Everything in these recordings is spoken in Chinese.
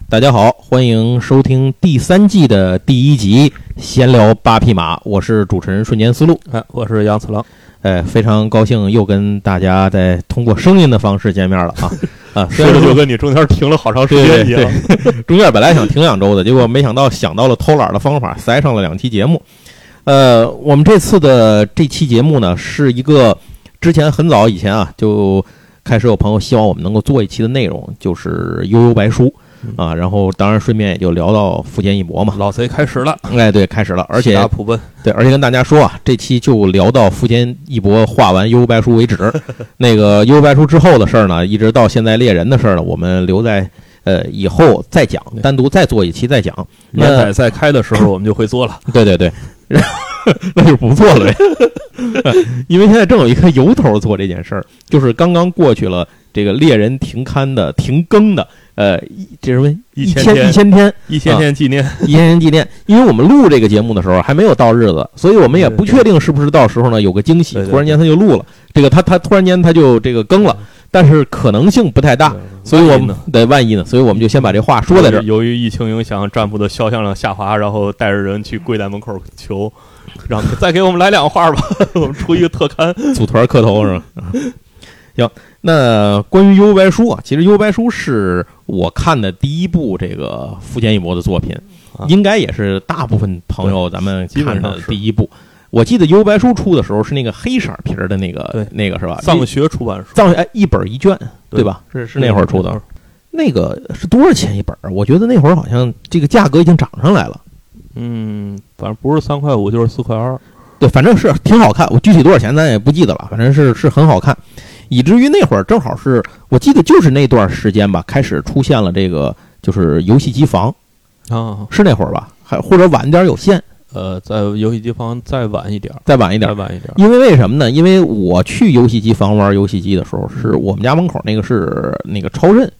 大家好，欢迎收听第3季的第1集闲聊8匹马，我是主持人瞬间思路， 我是杨次郎， 非常高兴又跟大家在通过声音的方式见面了啊！ 说的就跟你中间停了好长时间一样， 中间本来想停2周的，结果没想到想到了偷懒的方法，塞上了2期节目。我们这次的这期节目呢，是一个之前很早以前啊就开始有朋友希望我们能够做一期的内容，就是悠悠白书。然后当然顺便也就聊到富坚义博嘛， 老贼开始了， 对，开始了，而且普奔， 对，而且跟大家说啊，这期就聊到富坚义博画完悠悠白书为止。那个悠悠白书之后的事儿呢，一直到现在猎人的事儿呢，我们留在以后再讲，单独再做一期再讲。 年仔再开的时候，我们就会做了。 对，那就不做了呗。因为现在正有一个由头做这件事儿，就是刚刚过去了这个猎人停更的。这是什么？1000 天纪念 ，1000天纪念。因为我们录这个节目的时候还没有到日子，所以我们也不确定是不是到时候呢有个惊喜，突然间他就录了这个，他突然间他就这个更了，但是可能性不太大，所以我们万一呢，所以我们就先把这话说在这儿。 由于疫情影响，占卜的销量下滑，然后带着人去跪在门口求，让再给我们来2画吧，我们出一个特刊， 组团磕头是吧？行，那关于悠悠白书啊，其实悠悠白书是我看的第一部这个富坚义博的作品，应该也是大部分朋友咱们看的第一部。我记得悠悠白书出的时候是那个黑色皮的那个是吧？ 藏学出版社，一本1卷，对吧？是那会儿出的。那个是多少钱一本？我觉得那会儿好像这个价格已经涨上来了。 反正不是3块5就是4块2。 对，反正是挺好看。我具体多少钱咱也不记得了，反正是很好看。以至于那会儿正好是我记得就是那段时间吧，开始出现了这个就是游戏机房啊， 是那会儿吧？还或者晚点有限？ 在游戏机房再晚一点。 因为什么呢？因为我去游戏机房玩游戏机的时候，是我们家门口那个是那个超任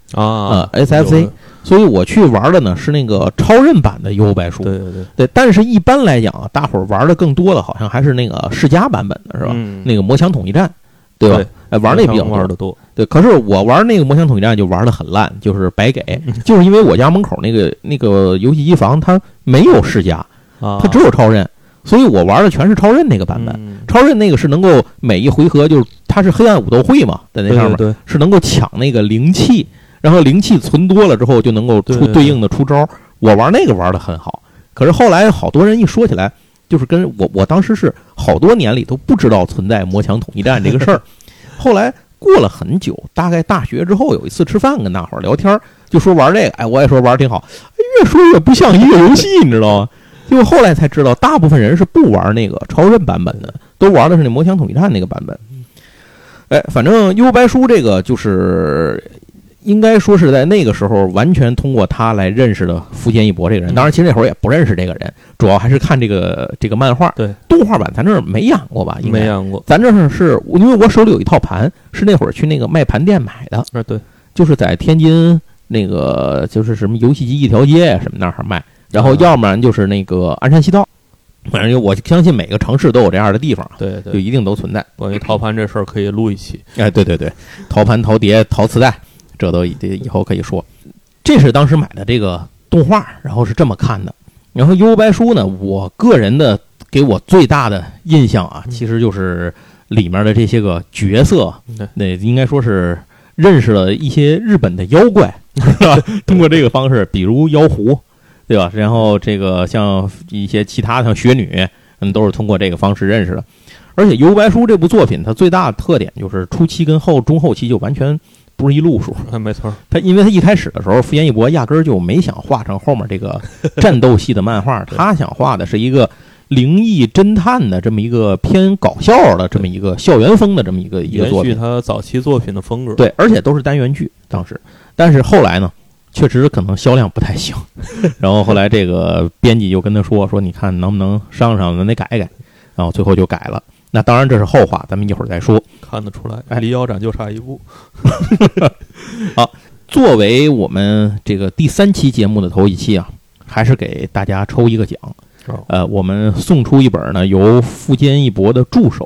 SFC， 所以我去玩的呢是那个超任版的悠悠白书。对，但是一般来讲啊，大伙儿玩的更多的好像还是那个世嘉版本的是吧？那个魔枪统一战。对吧？玩那比较多。 对，可是我玩那个魔枪统一战就玩得很烂，就是白给，就是因为我家门口那个游戏机房它没有世嘉，它只有超任，所以我玩的全是超任那个版本。超任那个是能够每一回合就是它是黑暗武斗会嘛，在那上面是能够抢那个灵气，然后灵气存多了之后就能够出对应的出招。我玩那个玩得很好，可是后来好多人一说起来。就是跟我当时是好多年里都不知道存在魔枪统一战这个事儿，后来过了很久，大概大学之后有一次吃饭跟大伙儿聊天，就说玩这个，我也说玩挺好，越说越不像一个游戏，你知道吗？结果后来才知道，大部分人是不玩那个超任版本的，都玩的是那魔枪统一战那个版本。反正悠悠白书这个就是应该说是在那个时候完全通过他来认识的富坚义博这个人。当然其实那会儿也不认识这个人，主要还是看这个漫画。 对， 动画版咱这儿没养过吧？应该没养过。 咱这儿是因为我手里有一套盘，是那会儿去那个卖盘店买的。 对， 就是在天津那个就是什么游戏机一条街什么那儿卖，然后要不然就是那个鞍山西道。反正我相信每个城市都有这样的地方， 对， 就一定都存在。 关于陶盘这事儿可以录一期。 对，陶盘、陶碟、陶磁带。这都以后可以说，这是当时买的这个动画，然后是这么看的。然后悠悠白书呢，我个人的给我最大的印象啊，其实就是里面的这些个角色，那应该说是认识了一些日本的妖怪，通过这个方式，比如妖狐，对吧？然后这个像一些其他像雪女，都是通过这个方式认识的。而且悠悠白书这部作品，它最大的特点就是初期跟中后期就完全不是一路数。 没错， 因为他一开始的时候，富坚义博压根儿就没想画成后面这个战斗系的漫画，他想画的是一个灵异侦探的这么一个偏搞笑的这么一个校园风的这么一个作品， 延续他早期作品的风格。 对，而且都是单元剧当时，但是后来呢，确实可能销量不太行。然后后来这个编辑又跟他说你看能不能商量，咱得改改，然后最后就改了。那当然这是后话，咱们一会儿再说。 看得出来，离腰斩就差一步。 好，作为我们这个第3期节目的头一期啊，还是给大家抽一个奖。我们送出一本呢由富坚义博的助手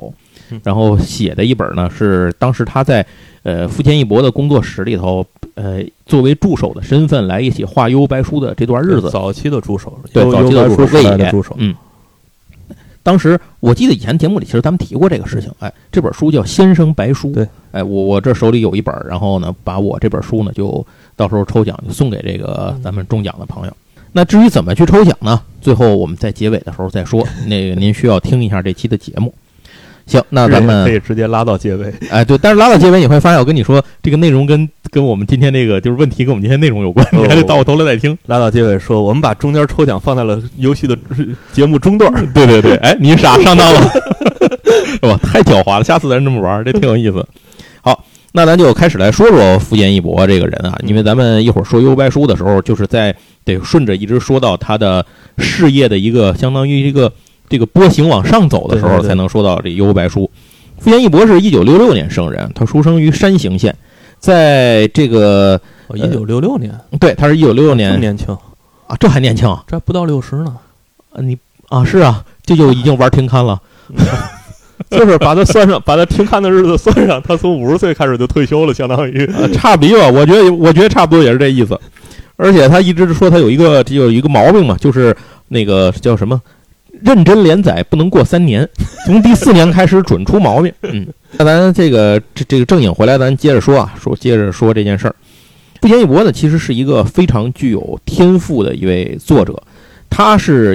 然后写的一本呢，是当时他在富坚义博的工作室里头，作为助手的身份来一起画幽白书的这段日子。 早期的助手， 对，早期的助手， 魏野助手。 当时我记得以前节目里其实咱们提过这个事情，这本书叫《先生白书》。 对， 我这手里有一本，然后呢，把我这本书呢就到时候抽奖就送给这个咱们中奖的朋友。那至于怎么去抽奖呢？最后我们在结尾的时候再说。那个您需要听一下这期的节目。行，那咱们可以直接拉到结尾。 对，但是拉到结尾你会发现，我跟你说，这个内容跟我们今天那个就是问题跟我们今天内容有关，你还得到头来再听。 拉到结尾说，我们把中间抽奖放在了游戏的节目中段。 对对对，你傻上当了，哇，太狡猾了！下次咱这么玩，这挺有意思。好，那咱就开始来说说富坚义博这个人啊，因为咱们一会儿说幽白书的时候，就是得顺着一直说到他的事业的一个相当于一个这个波形往上走的时候，才能说到这幽白书。富坚义博是1966年生人，他出生于山形县，在这个 1966年， 对，他是1966年， 这么年轻啊，这还年轻， 这不到60呢。 是啊，这就已经玩听刊了。 就是把他算上，把他听刊的日子算上，他从50岁开始就退休了，相当于差不多吧。我觉得差不多也是这意思。而且他一直说他有一个毛病嘛，就是那个叫什么，认真连载不能过3年，从第4年开始准出毛病。那咱这个正经回来，咱接着说这件事儿。富坚义博呢，其实是一个非常具有天赋的一位作者。他是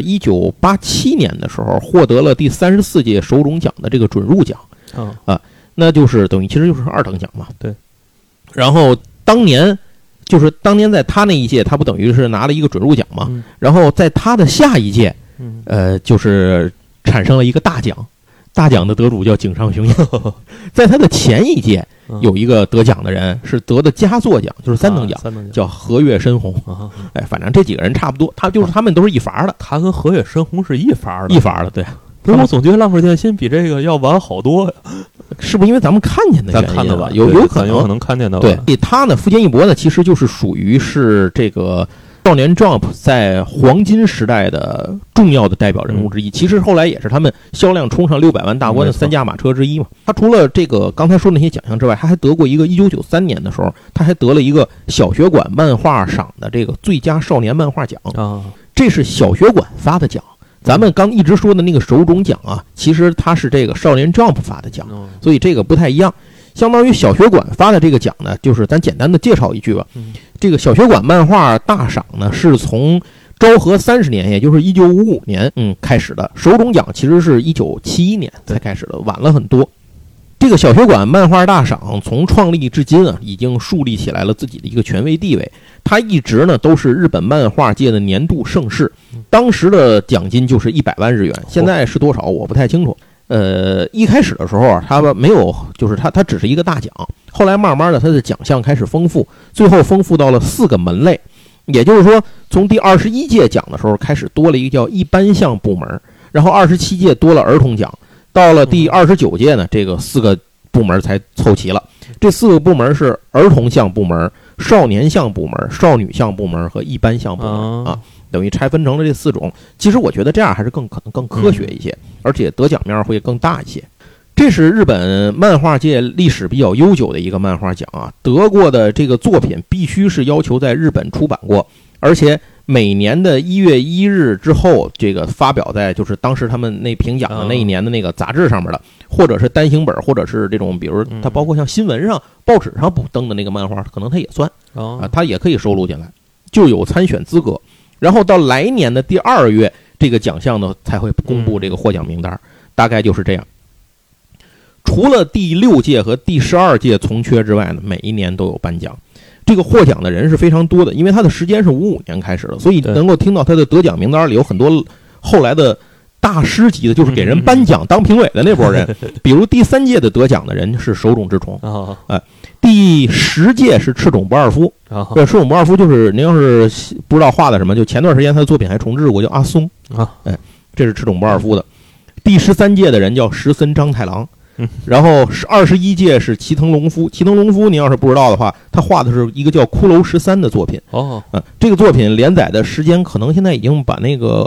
1987年的时候获得了第34届手冢奖的这个准入奖，那就是等于其实就是2等奖嘛。 对。 然后当年在他那一届，他不等于是拿了一个准入奖嘛？然后在他的下一届，就是产生了一个大奖，大奖的得主叫井上雄彦。在他的前一届，有一个得奖的人是得的佳作奖，就是3等奖，叫河越深弘。反正这几个人差不多，他们都是一伐的。 他跟河越深弘是一伐的， 对。 不是，我总觉得浪客剑心比这个要晚好多呀。 是不是因为咱们看见的原因？ 咱看的吧， 有可能看见的。 对，他呢，富坚义博呢，其实就是属于是这个少年 Jump 在黄金时代的重要的代表人物之一。其实后来也是他们销量冲上600万大关的3驾马车之一嘛。他除了这个刚才说那些奖项之外，他还得过一个1993年的时候，他还得了一个小学馆漫画赏的这个最佳少年漫画奖啊，这是小学馆发的奖。咱们刚一直说的那个手冢奖啊，其实它是这个少年 Jump 发的奖，所以这个不太一样。相当于小学馆发的这个奖呢，就是咱简单的介绍一句吧。这个小学馆漫画大赏呢，是从昭和30年，也就是1955年开始的。手冢奖其实是1971年才开始的，晚了很多。这个小学馆漫画大赏从创立至今啊，已经树立起来了自己的一个权威地位。它一直呢都是日本漫画界的年度盛事，当时的奖金就是100万日元，现在是多少我不太清楚。一开始的时候啊，它没有，就是它只是一个大奖，后来慢慢的它的奖项开始丰富，最后丰富到了4个门类。也就是说，从第21届奖的时候开始多了一个叫一般项部门，然后27届多了儿童奖，到了第29届呢，这个4个部门才凑齐了。这4个部门是儿童项部门、少年项部门、少女项部门和一般项部门啊，等于拆分成了这4种。其实我觉得这样还是可能更科学一些，而且得奖面会更大一些。这是日本漫画界历史比较悠久的一个漫画奖啊，得过的这个作品必须是要求在日本出版过，而且每年的1月1日之后，这个发表在就是当时他们那评奖的那一年的那个杂志上面的，或者是单行本，或者是这种比如它包括像新闻上、报纸上不登的那个漫画，可能它也算啊，它也可以收录进来，就有参选资格。然后到来年的第2月，这个奖项呢才会公布这个获奖名单，大概就是这样。除了第6届和第12届从缺之外呢，每一年都有颁奖。这个获奖的人是非常多的，因为他的时间是55年开始的，所以能够听到他的得奖名单里有很多后来的大师级的，就是给人颁奖当评委的那波人。比如第3届的得奖的人是手冢治虫，第10届是赤冢不二夫。赤冢不二夫就是您要是不知道画的什么，就前段时间他的作品还重制过，叫阿松啊，这是赤冢不二夫的。第13届的人叫石森章太郎。然后21届是齐藤隆夫，齐藤隆夫你要是不知道的话，他画的是一个叫骷髅13的作品。这个作品连载的时间可能现在已经把那个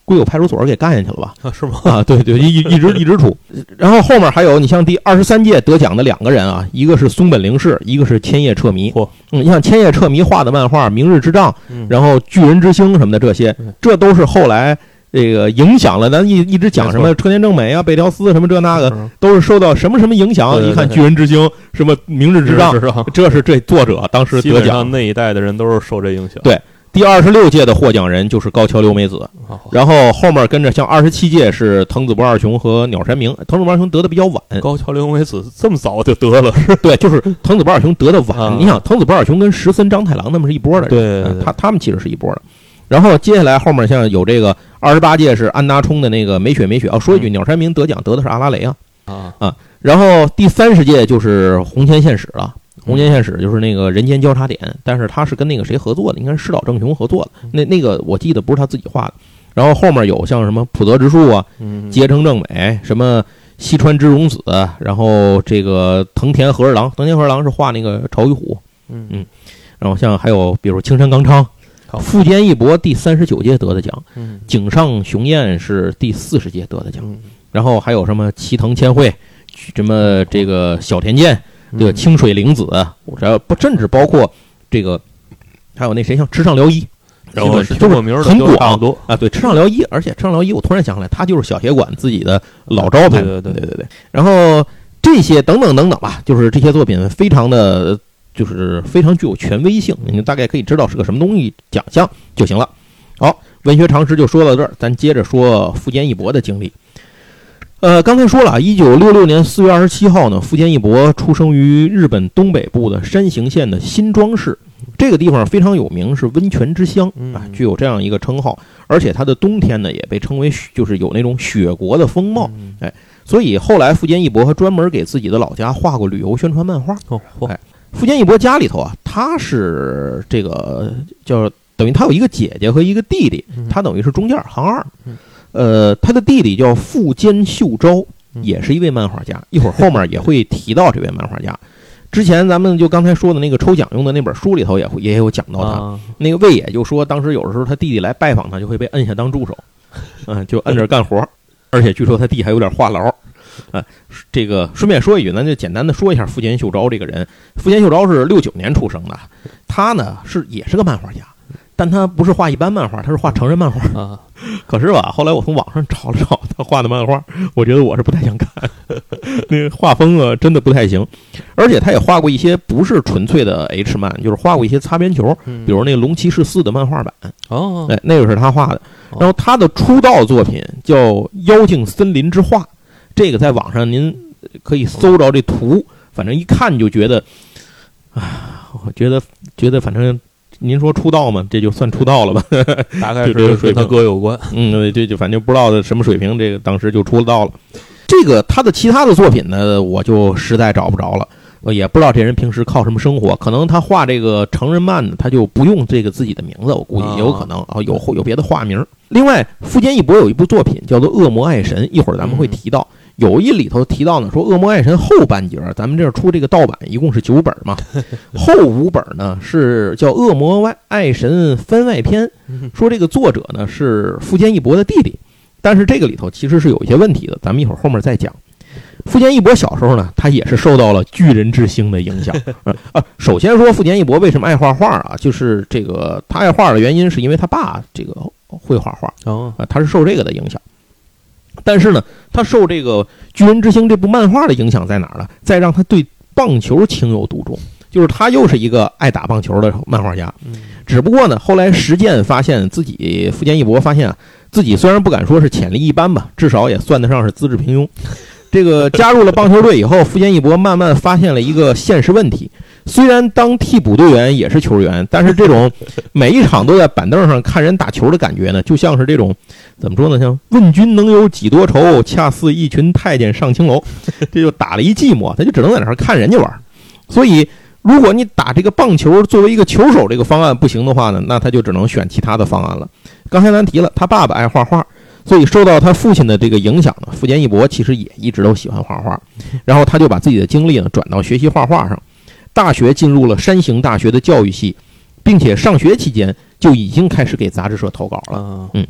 归有派出所给干下去了吧？ 是吗？ 啊，对对，一直出。然后后面还有你像第23届得奖的2个人啊，一个是松本零士，一个是千叶彻弥。你像千叶彻弥画的漫画《明日之杖》，然后《巨人之星》什么的，这都是后来这个影响了。咱一直讲什么车田正美啊、北条司什么这那个，都是受到什么影响。一看《巨人之星》什么《明日之杖》，这是这作者当时得奖， 那一代的人都是受这影响。 对。第26届的获奖人就是高桥留美子，然后后面跟着像27届是藤子不二雄和鸟山明。藤子不二雄得的比较晚， 高桥留美子这么早就得了， 对，就是藤子不二雄得的晚。你想，藤子不二雄跟石森章太郎他们是一波的人， 对，他们其实是一波的。然后接下来后面像有这个28届是安达充的那个美雪。说一句，鸟山明得奖得的是阿拉蕾啊。然后第30届就是红前线史了。红前线史就是那个人间交叉点，但是他是跟那个谁合作的，应该是石岛正雄合作的。那个我记得不是他自己画的。然后后面有像什么浦泽直树啊、结城正美、什么西川之荣子，然后这个藤田和二郎是画那个朝与虎，然后像还有比如青山刚昌、富坚义博第39届得的奖，井上雄彦是第40届得的奖，然后还有什么齐藤千惠、什么这个小田健。这个清水玲子，不甚至包括这个，还有那谁像池上辽一， 然后是就是很广多啊。对，池上辽一，而且池上辽一，我突然想起来，他就是小学馆自己的老招牌。 对。 然后这些等等吧，就是这些作品非常的，就是非常具有权威性，你大概可以知道是个什么东西奖项就行了。好，文学常识就说到这儿，咱接着说富坚义博的经历。刚才说了，1966年4月27号呢，富坚义博出生于日本东北部的山形县的新庄市。这个地方非常有名，是温泉之乡啊，具有这样一个称号。而且它的冬天呢，也被称为就是有那种雪国的风貌。所以后来富坚义博还专门给自己的老家画过旅游宣传漫画。富坚义博家里头啊，他是这个叫等于他有一个姐姐和一个弟弟，他等于是中间行二。他的弟弟叫富坚秀昭，也是一位漫画家，一会儿后面也会提到这位漫画家。之前咱们就刚才说的那个抽奖用的那本书里头也有讲到他。那个魏野就说，当时有的时候他弟弟来拜访他，就会被摁下当助手，就摁着干活，而且据说他弟还有点话痨。这个顺便说一句，咱就简单的说一下富坚秀昭这个人。富坚秀昭是69年出生的，他呢也是个漫画家。但他不是画一般漫画，他是画成人漫画啊。可是吧，后来我从网上找了找他画的漫画，我觉得我是不太想看，那个画风啊真的不太行。而且他也画过一些不是纯粹的 H 漫，就是画过一些擦边球，比如那个《龙骑士4》的漫画版。那个是他画的。然后他的出道作品叫《妖精森林之画》，这个在网上您可以搜着这图，反正一看就觉得，我觉得反正。您说出道吗？这就算出道了吧？ 大概是跟他哥有关。 这就反正不知道的什么水平，这个当时就出道了。这个他的其他的作品呢，我就实在找不着了。也不知道这人平时靠什么生活，可能他画这个成人漫呢，他就不用这个自己的名字，我估计也有可能有别的化名。另外，富坚义博有一部作品叫做《恶魔爱神》，一会儿咱们会提到。有一里头提到呢，说《恶魔爱神》后半截，咱们这儿出这个盗版，一共是9本嘛，后5本呢是叫《恶魔爱神番外篇》，说这个作者呢是富坚义博的弟弟，但是这个里头其实是有一些问题的，咱们一会儿后面再讲。富坚义博小时候呢，他也是受到了巨人之星的影响。首先说富坚义博为什么爱画画啊？就是这个他爱画的原因是因为他爸这个会画画他是受这个的影响。但是呢，他受这个《巨人之星》这部漫画的影响在哪儿呢？再让他对棒球情有独钟，就是他又是一个爱打棒球的漫画家。只不过呢，后来实践发现富坚义博发现啊，自己虽然不敢说是潜力一般吧，至少也算得上是资质平庸。这个加入了棒球队以后，富坚义博慢慢发现了一个现实问题。虽然当替补队员也是球员，但是这种每一场都在板凳上看人打球的感觉呢，就像是这种怎么说呢？像问君能有几多愁，恰似一群太监上青楼，这就打了一寂寞，他就只能在那儿看人家玩。所以，如果你打这个棒球作为一个球手这个方案不行的话呢，那他就只能选其他的方案了。刚才咱提了，他爸爸爱画画。所以受到他父亲的这个影响呢，富坚义博其实也一直都喜欢画画，然后他就把自己的精力呢转到学习画画上。大学进入了山形大学的教育系，并且上学期间就已经开始给杂志社投稿了。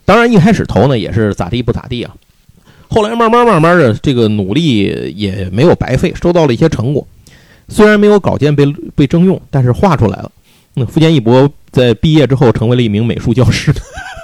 当然一开始投呢也是咋地不咋地啊，后来慢慢的这个努力也没有白费，收到了一些成果。虽然没有稿件被征用，但是画出来了。富坚义博在毕业之后成为了一名美术教师。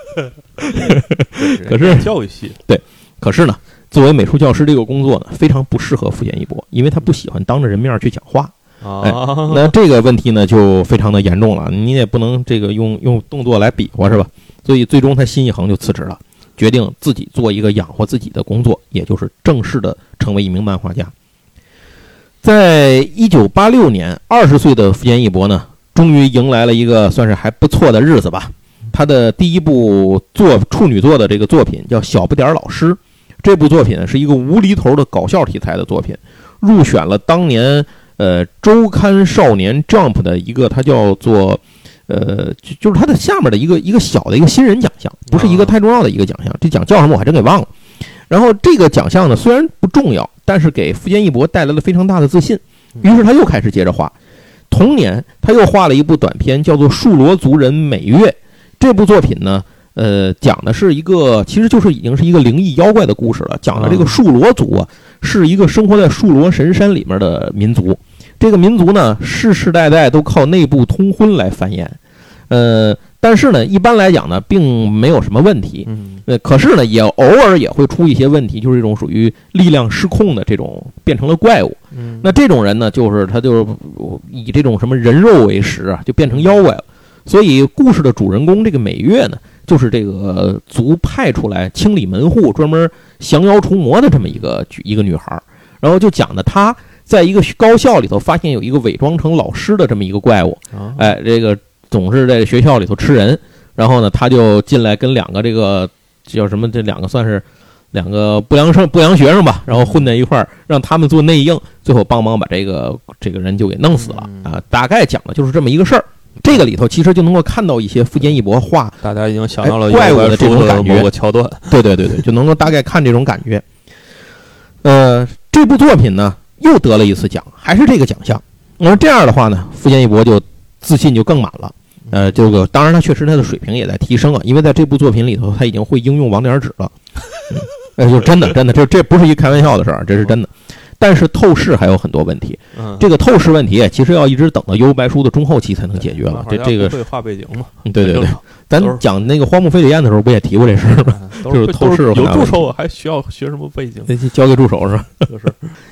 可是教育系对，可是呢，作为美术教师这个工作呢，非常不适合富坚义博，因为他不喜欢当着人面去讲话。那这个问题呢就非常的严重了，你也不能这个用动作来比划是吧？所以最终他心一横就辞职了，决定自己做一个养活自己的工作，也就是正式的成为一名漫画家。在1986年，20岁的富坚义博呢，终于迎来了一个算是还不错的日子吧。他的第一部处女作的这个作品叫《小不点老师》，这部作品是一个无厘头的搞笑题材的作品，入选了当年周刊少年 Jump 的一个，它叫做就是它的下面的一个小的一个新人奖项，不是一个太重要的一个奖项，这奖叫什么我还真给忘了。然后这个奖项呢虽然不重要，但是给富坚义博带来了非常大的自信，于是他又开始接着画。同年他又画了一部短片叫做《树罗族人美月》，这部作品呢讲的是一个其实就是已经是一个灵异妖怪的故事了，讲的这个树罗族啊是一个生活在树罗神山里面的民族，这个民族呢世世代代都靠内部通婚来繁衍，但是呢一般来讲呢并没有什么问题，可是呢也偶尔也会出一些问题，就是这种属于力量失控的这种变成了怪物，那这种人呢就是他就是以这种什么人肉为食啊，就变成妖怪了。所以故事的主人公这个美月呢就是这个族派出来清理门户专门降妖除魔的这么一个女孩，然后就讲的她在一个高校里头发现有一个伪装成老师的这么一个怪物，这个总是在学校里头吃人，然后呢他就进来跟两个这个叫什么，这两个算是两个不良学生吧，然后混在一块儿让他们做内应，最后帮忙把这个人就给弄死了啊。大概讲的就是这么一个事儿。这个里头其实就能够看到一些富坚义博画， 大家已经想到了怪物的这种感觉， 某个桥段。 对，就能够大概看这种感觉。这部作品呢又得了一次奖，还是这个奖项。而这样的话呢，富坚义博就自信就更满了。这个当然他确实他的水平也在提升啊，因为在这部作品里头他已经会应用网点纸了。就真的这不是一开玩笑的事儿，这是真的。但是透视还有很多问题，这个透视问题其实要一直等到幽白书的中后期才能解决了。这个会画背景嘛？ 对，咱讲那个荒木飞吕彦的时候不也提过这事儿吗？就是透视有助手还需要学什么背景？ 交给助手是吧？就是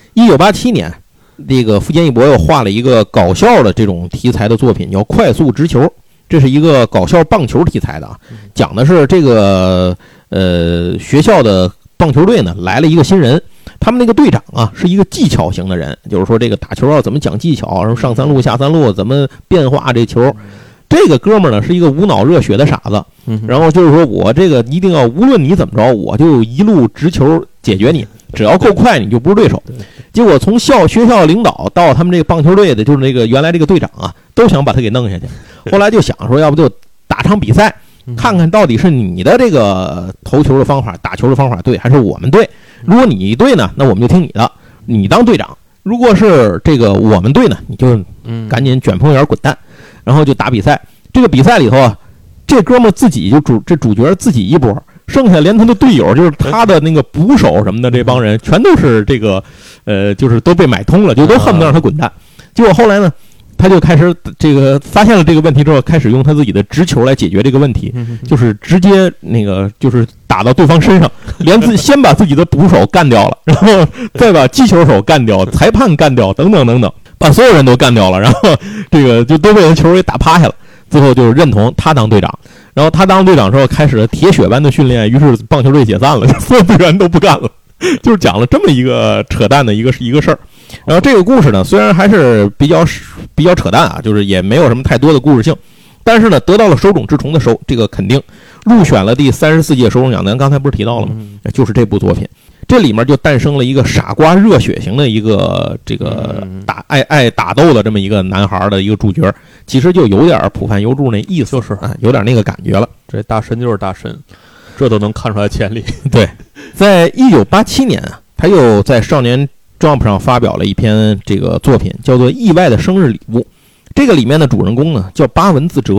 1987年，这个富坚义博又画了一个搞笑的这种题材的作品，叫《快速直球》，这是一个搞笑棒球题材的啊，讲的是这个学校的棒球队呢来了一个新人。他们那个队长啊是一个技巧型的人，就是说这个打球要怎么讲技巧，然后上三路下三路怎么变化这球。这个哥们儿呢是一个无脑热血的傻子，然后就是说我这个一定要无论你怎么着，我就一路直球解决你，只要够快你就不是对手。结果从学校领导到他们这个棒球队的，就是那个原来这个队长啊，都想把他给弄下去。后来就想说，要不就打场比赛，看看到底是你的这个投球的方法、打球的方法对，还是我们对。如果你对呢，那我们就听你的，你当队长；如果是这个我们队呢，你就赶紧卷棚园滚蛋，然后就打比赛。这个比赛里头啊，这哥们自己就主角自己一波，剩下连他的队友，就是他的那个捕手什么的这帮人，全都是这个就是都被买通了，就都恨不得让他滚蛋。结果后来呢，他就开始这个发现了这个问题之后，开始用他自己的直球来解决这个问题，就是直接那个就是打到对方身上，先把自己的捕手干掉了，然后再把击球手干掉，裁判干掉，等等，把所有人都干掉了，然后这个就都被人球给打趴下了。最后就认同他当队长，然后他当队长之后开始了铁血般的训练，于是棒球队解散了，所有队员都不干了。就是讲了这么一个扯淡的一个事儿。然后这个故事呢，虽然还是比较扯淡啊，就是也没有什么太多的故事性，但是呢，得到了手冢治虫的这个肯定，入选了第34届手冢奖。咱刚才不是提到了吗？就是这部作品，这里面就诞生了一个傻瓜热血型的一个这个爱打斗的这么一个男孩的一个主角，其实就有点浦饭由助那意思， 就是有点那个感觉了。 这大神就是大神，这都能看出来潜力。 对，在1987年啊，他又在少年 Jump 上发表了一篇这个作品，叫做《意外的生日礼物》。这个里面的主人公呢叫八文字哲，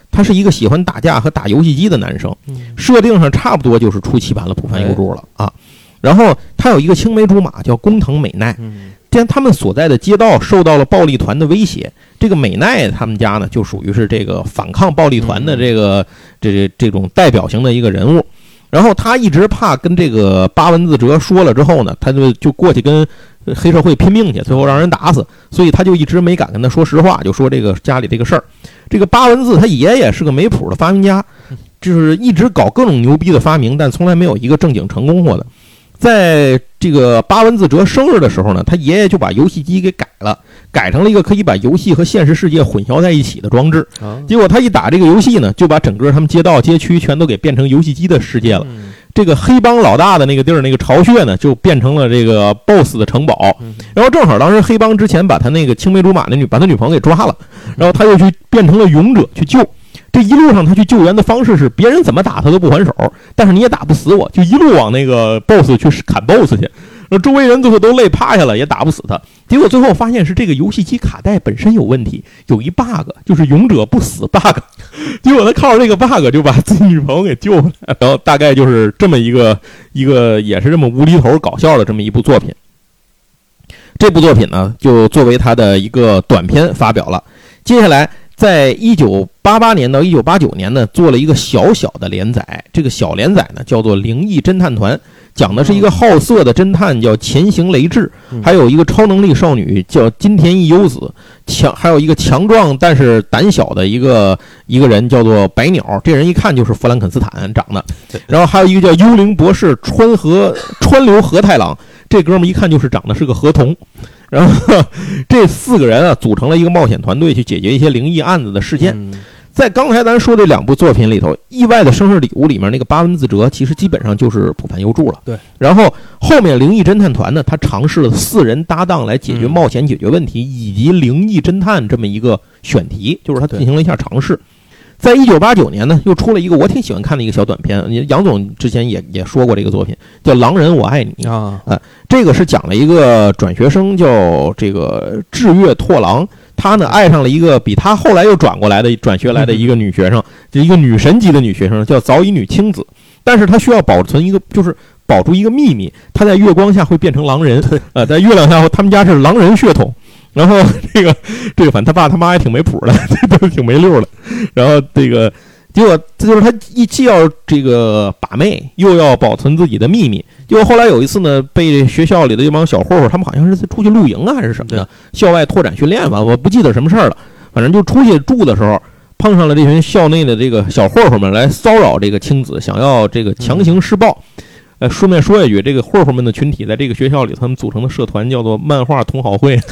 他是一个喜欢打架和打游戏机的男生，设定上差不多就是初期版的浦饭幽助了啊。然后他有一个青梅竹马叫工藤美奈，既然他们所在的街道受到了暴力团的威胁，这个美奈他们家呢就属于是这个反抗暴力团的这种代表型的一个人物。然后他一直怕跟这个八文字哲说了之后呢，他就过去跟黑社会拼命去，最后让人打死，所以他就一直没敢跟他说实话，就说这个家里这个事儿。这个八文字他爷爷是个没谱的发明家，就是一直搞各种牛逼的发明，但从来没有一个正经成功过的。在这个八文字哲生日的时候呢，他爷爷就把游戏机给改成了一个可以把游戏和现实世界混淆在一起的装置。结果他一打这个游戏呢，就把整个他们街道街区全都给变成游戏机的世界了。这个黑帮老大的那个地儿，那个巢穴呢，就变成了这个 BOSS 的城堡。然后正好当时黑帮之前把他那个青梅竹马把他女朋友给抓了，然后他又去变成了勇者去救。这一路上他去救援的方式是别人怎么打他都不还手，但是你也打不死我，就一路往那个 BOSS 去砍 BOSS 去。周围人最后都累趴下了，也打不死他。结果最后发现是这个游戏机卡带本身有问题，有一 bug， 就是勇者不死 bug。结果他靠着这个 bug 就把自己女朋友给救了。然后大概就是这么一个也是这么无厘头搞笑的这么一部作品。这部作品呢，就作为他的一个短片发表了。接下来在1988年到1989年呢，做了一个小小的连载。这个小连载呢，叫做《灵异侦探团》，讲的是一个好色的侦探叫前行雷志，还有一个超能力少女叫金田一优子，还有一个强壮但是胆小的一个人叫做白鸟，这人一看就是弗兰肯斯坦长的。然后还有一个叫幽灵博士川流和太郎，这哥们一看就是长得是个河童。然后这4个人啊组成了一个冒险团队，去解决一些灵异案子的事件。在刚才咱说这2部作品里头，意外的生日礼物里面那个八文字哲其实基本上就是浦饭幽助了。 对。 然后后面灵异侦探团呢，他尝试了4人搭档来解决冒险解决问题，以及灵异侦探这么一个选题，就是他进行了一下尝试。在1989年呢，又出了一个我挺喜欢看的一个小短片，杨总之前也说过这个作品，叫《狼人我爱你》啊。这个是讲了一个转学生叫这个志月拓郎，他呢爱上了一个比他后来又转学来的一个女学生，就一个女神级的女学生，叫早乙女青子。但是他需要保存一个，就是保住一个秘密，他在月光下会变成狼人，在月亮下他们家是狼人血统。然后这个反正他爸他妈也挺没谱的，都挺没溜的。然后这个结果这就是他既要这个把妹，又要保存自己的秘密。结果后来有一次呢，被学校里的一帮小混混，他们好像是出去露营啊还是什么的，校外拓展训练吧，我不记得什么事儿了。反正就出去住的时候，碰上了这群校内的这个小混混们来骚扰这个青子，想要这个强行施暴。顺便说一句，这个混混们的群体在这个学校里，他们组成的社团叫做漫画同好会。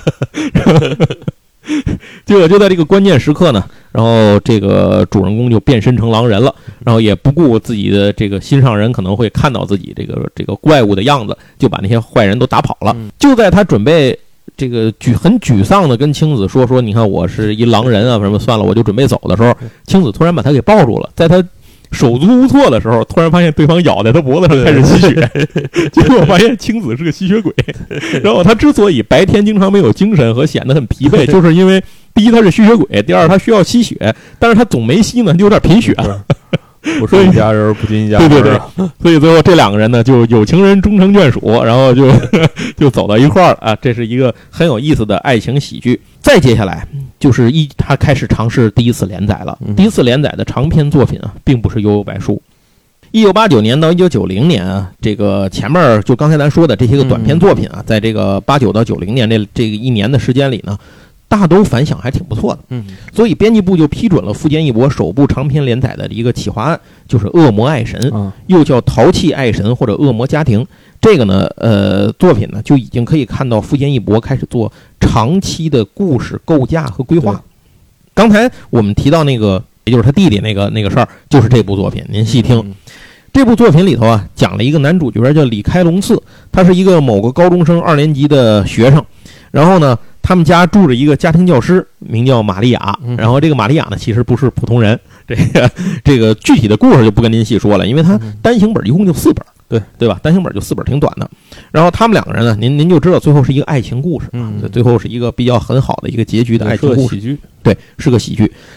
结果就在这个关键时刻呢，然后这个主人公就变身成狼人了，然后也不顾自己的这个心上人可能会看到自己这个怪物的样子，就把那些坏人都打跑了。就在他准备这个很沮丧的跟青子说你看我是一狼人啊什么，算了我就准备走的时候，青子突然把他给抱住了，在他手足无措的时候，突然发现对方咬在他脖子上开始吸血，结果发现青子是个吸血鬼。然后他之所以白天经常没有精神和显得很疲惫，就是因为第一他是吸血鬼，第二他需要吸血，但是他总没吸呢，就有点贫血了。 不是一家人不进一家人。 对，所以最后这2个人呢，就有情人终成眷属，然后就走到一块儿啊，这是一个很有意思的爱情喜剧。再接下来就是他开始尝试第一次连载了。第一次连载的长篇作品啊，并不是《幽游白书》。1989年到1990年啊，这个前面就刚才咱说的这些个短篇作品啊，在这个89到90年这个1年的时间里呢，大都反响还挺不错的。所以编辑部就批准了富坚义博首部长篇连载的一个企划案，就是《恶魔爱神》，又叫《淘气爱神》或者《恶魔家庭》。这个呢，作品呢就已经可以看到富坚义博开始做长期的故事构架和规划。刚才我们提到那个，也就是他弟弟那个事儿，就是这部作品，您细听。这部作品里头啊，讲了一个男主角叫李开龙次，他是一个某个高中生2年级的学生，然后呢，他们家住着一个家庭教师，名叫玛利亚。然后这个玛利亚呢，其实不是普通人。这个具体的故事就不跟您细说了，因为他单行本一共就4本，对吧？单行本就4本，挺短的。然后他们2个人呢，您就知道最后是一个爱情故事，最后是一个比较很好的一个结局的爱情故事。 喜剧， 对，是个喜剧。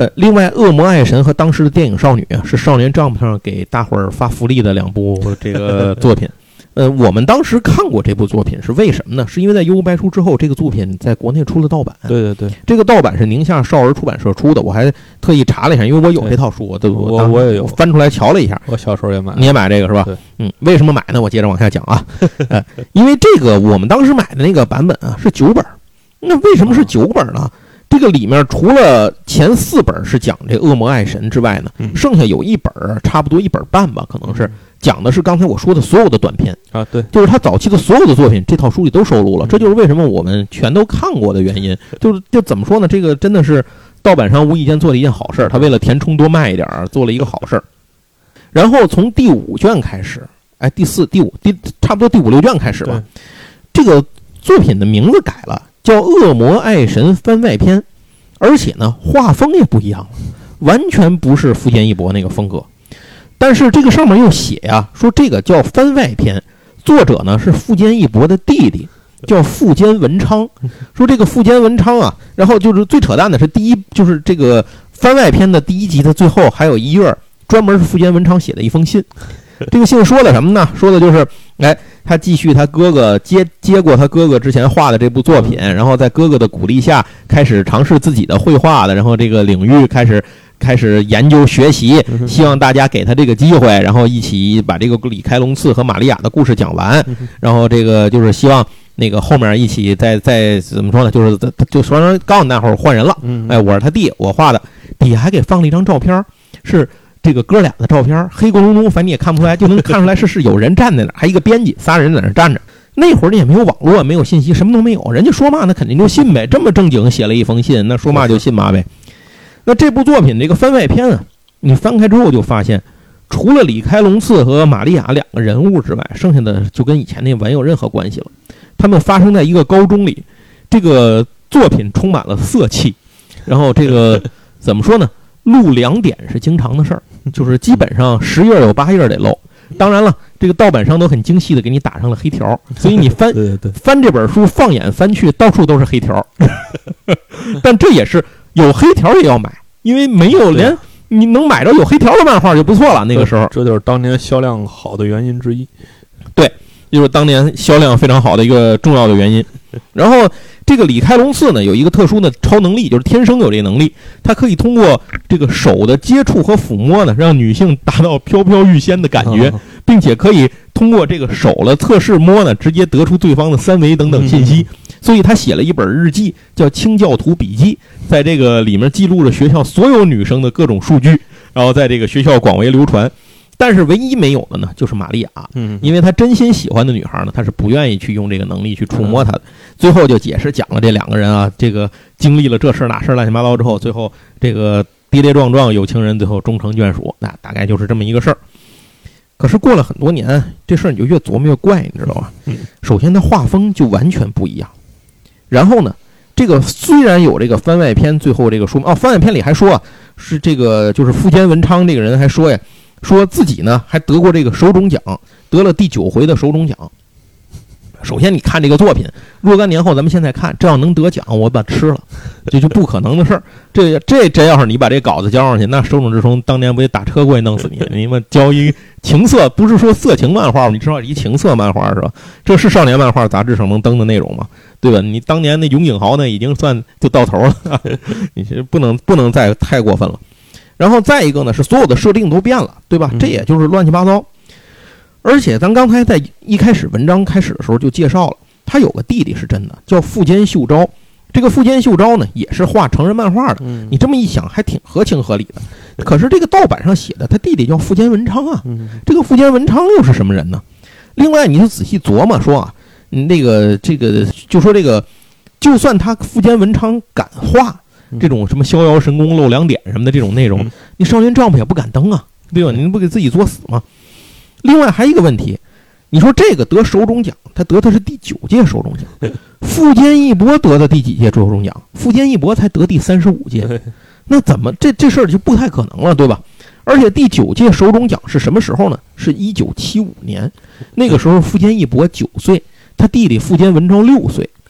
另外，《恶魔爱神》和当时的电影少女是少年 Jump 上给大伙儿发福利的2部这个作品。我们当时看过这部作品是为什么呢？是因为在《幽游白书》之后，这个作品在国内出了盗版。 对对对， 这个盗版是宁夏少儿出版社出的，我还特意查了一下，因为我有这套书，我也有翻出来瞧了一下。 我小时候也买， 你也买这个是吧？ 对， 为什么买呢？我接着往下讲啊。因为这个我们当时买的那个版本啊是9本，那为什么是9本呢？这个里面除了前4本是讲这恶魔爱神之外呢，剩下有1本差不多1本半吧，可能是讲的是刚才我说的所有的短篇啊，对， 就是他早期的所有的作品，这套书里都收录了。这就是为什么我们全都看过的原因。就怎么说呢？这个真的是盗版商无意间做了一件好事，他为了填充多卖一点做了一个好事。然后从第5卷开始，第4、第5、差不多第5、6卷开始吧，这个作品的名字改了。叫《恶魔爱神番外篇》，而且呢，画风也不一样了，完全不是富坚义博那个风格。但是这个上面又写呀，说这个叫番外篇，作者呢是富坚义博的弟弟，叫富坚文昌。说这个富坚文昌啊，然后就是最扯淡的是就是这个番外篇的第1集的最后还有一页专门是富坚文昌写的一封信。这个信说了什么呢？说的就是他继续他哥哥接过他哥哥之前画的这部作品，然后在哥哥的鼓励下开始尝试自己的绘画的，然后这个领域开始研究学习，希望大家给他这个机会，然后一起把这个李开龙次和玛利亚的故事讲完，然后这个就是希望那个后面一起再怎么说呢，就说告诉那会儿换人了，我是他弟，我画的，底下还给放了一张照片，是这个哥俩的照片，黑咕隆咚，反正你也看不出来，就能看出来是有人站在那儿，还一个编辑，3人在那儿站着。那会儿也没有网络，没有信息，什么都没有，人家说嘛那肯定就信呗，这么正经写了一封信，那说嘛就信嘛呗。那这部作品这个番外篇啊，你翻开之后就发现，除了李开龙次和玛利亚2个人物之外，剩下的就跟以前那没有任何关系了。他们发生在一个高中里，这个作品充满了色气，然后这个怎么说呢？露2点是经常的事儿，就是基本上10页有8页得露。当然了，这个盗版商都很精细的给你打上了黑条，所以你翻这本书放眼翻去，到处都是黑条。但这也是有黑条也要买，因为没有连你能买着有黑条的漫画就不错了。那个时候， 这就是当年销量好的原因之一。 对，就是当年销量非常好的一个重要的原因。然后这个李开龙次呢，有一个特殊的超能力，就是天生有这个能力，他可以通过这个手的接触和抚摸呢，让女性达到飘飘欲仙的感觉，并且可以通过这个手的测试摸呢，直接得出对方的3维等等信息。所以他写了一本日记，叫《清教徒笔记》，在这个里面记录了学校所有女生的各种数据，然后在这个学校广为流传。但是唯一没有的呢，就是玛利亚，因为他真心喜欢的女孩呢，他是不愿意去用这个能力去触摸她的。最后就解释讲了这2个人啊，这个经历了这事那事乱七八糟之后，最后这个跌跌撞撞有情人，最后终成眷属，那大概就是这么一个事儿。可是过了很多年，这事儿你就越琢磨越怪，你知道吧？首先，他画风就完全不一样。然后呢，这个虽然有这个番外篇，最后这个说番外篇里还说啊，是这个就是富坚文昌这个人还说呀。说自己呢还得过这个手冢奖，得了第9回的手冢奖。首先你看这个作品，若干年后咱们现在看，这要能得奖，我把它吃了，这就不可能的事儿。这要是你把这稿子交上去，那手冢治虫当年不得打车过去弄死你？你们交一情色，不是说色情漫画，你知道一情色漫画是吧？这是少年漫画杂志上能登的内容吗？对吧？你当年那永井豪呢，已经算就到头了，你是不能再太过分了。然后再一个呢，是所有的设定都变了，对吧？这也就是乱七八糟。而且咱刚才在一开始文章开始的时候就介绍了，他有个弟弟是真的，叫富坚秀昭。这个富坚秀昭呢，也是画成人漫画的。你这么一想，还挺合情合理的。可是这个盗版上写的，他弟弟叫富坚文昌啊。这个富坚文昌又是什么人呢？另外，你就仔细琢磨说啊，这个就说这个，就算他富坚文昌敢画。这种什么逍遥神功露2点什么的这种内容，你少年 Jump 也不敢登啊，对吧？你不给自己作死吗？另外还有一个问题，你说这个得手冢奖，他得的是第9届手冢奖，富坚义博得的第几届手冢奖？富坚义博才得第35届，那怎么这事儿就不太可能了，对吧？而且第9届手冢奖是什么时候呢？是1975年，那个时候富坚义博9岁，他弟弟富坚文昭6岁。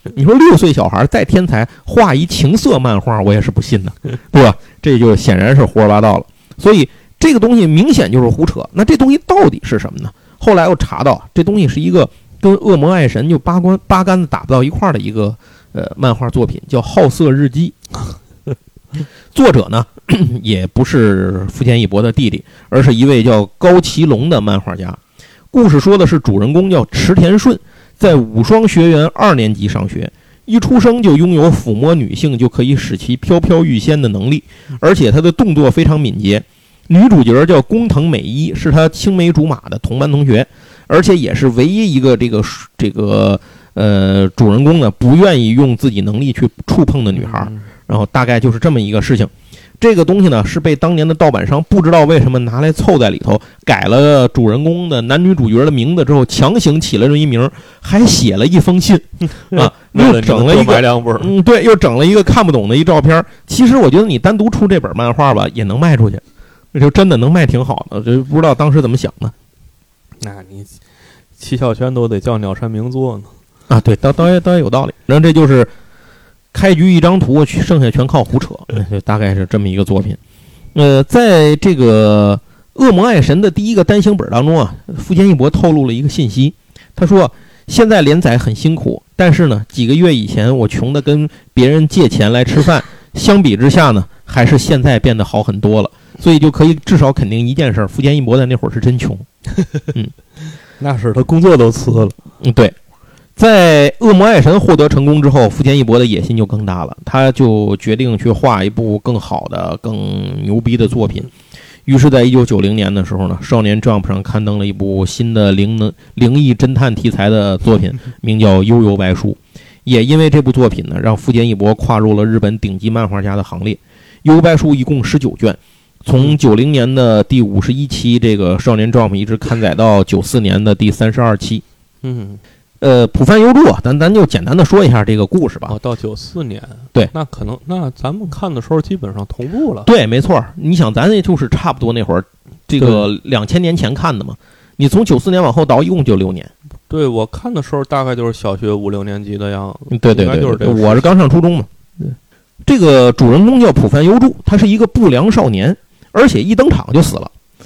你说6岁小孩再天才，画一情色漫画，我也是不信的，对吧？这就显然是胡说八道了。所以这个东西明显就是胡扯。那这东西到底是什么呢？后来我查到，这东西是一个跟恶魔爱神就八竿子打不到一块儿的一个漫画作品，叫《好色日记》。作者呢也不是富坚义博的弟弟，而是一位叫高崎龙的漫画家。故事说的是主人公叫池田顺，在武双学园2年级上学，一出生就拥有抚摸女性就可以使其飘飘欲仙的能力，而且他的动作非常敏捷。女主角叫工藤美依，是他青梅竹马的同班同学，而且也是唯一一个这个主人公呢不愿意用自己能力去触碰的女孩。然后大概就是这么一个事情。这个东西呢是被当年的盗版商不知道为什么拿来凑在里头，改了主人公的男女主角的名字之后，强行起了这么一名，还写了一封信啊，又整了一个对，又整了一个看不懂的一照片。其实我觉得你单独出这本漫画吧，也能卖出去，就真的能卖挺好的。就不知道当时怎么想的。 那你齐孝全都得叫鸟山明作呢啊，对，倒也有道理。然后这就是开局一张图，剩下全靠胡扯，大概是这么一个作品。在这个《恶魔爱神》的第一个单行本当中啊，富坚义博透露了一个信息，他说现在连载很辛苦，但是呢，几个月以前我穷的跟别人借钱来吃饭，相比之下呢，还是现在变得好很多了。所以就可以至少肯定一件事，富坚义博在那会儿是真穷。 那是他工作都辞了。 对。在《恶魔爱神》获得成功之后，富坚义博的野心就更大了，他就决定去画一部更好的、更牛逼的作品。于是，在1990年的时候呢，少年 Jump 上刊登了一部新的灵异侦探题材的作品，名叫《幽游白书》。也因为这部作品呢，让富坚义博跨入了日本顶级漫画家的行列。《幽游白书》一共19卷，从90年的第51期这个少年 Jump 一直刊载到94年的第32期。浦饭幽助啊，咱就简单的说一下这个故事吧。 到94年， 对， 那可能咱们看的时候基本上同步了。 对，没错。你想，咱也就是差不多那会儿，这个2000年前看的嘛。你从94年往后倒，一共就6年。 对，我看的时候大概就是小学5、6年级的样子。 对， 就是这个。 我是刚上初中嘛。这个主人公叫浦饭幽助，他是一个不良少年，而且一登场就死了。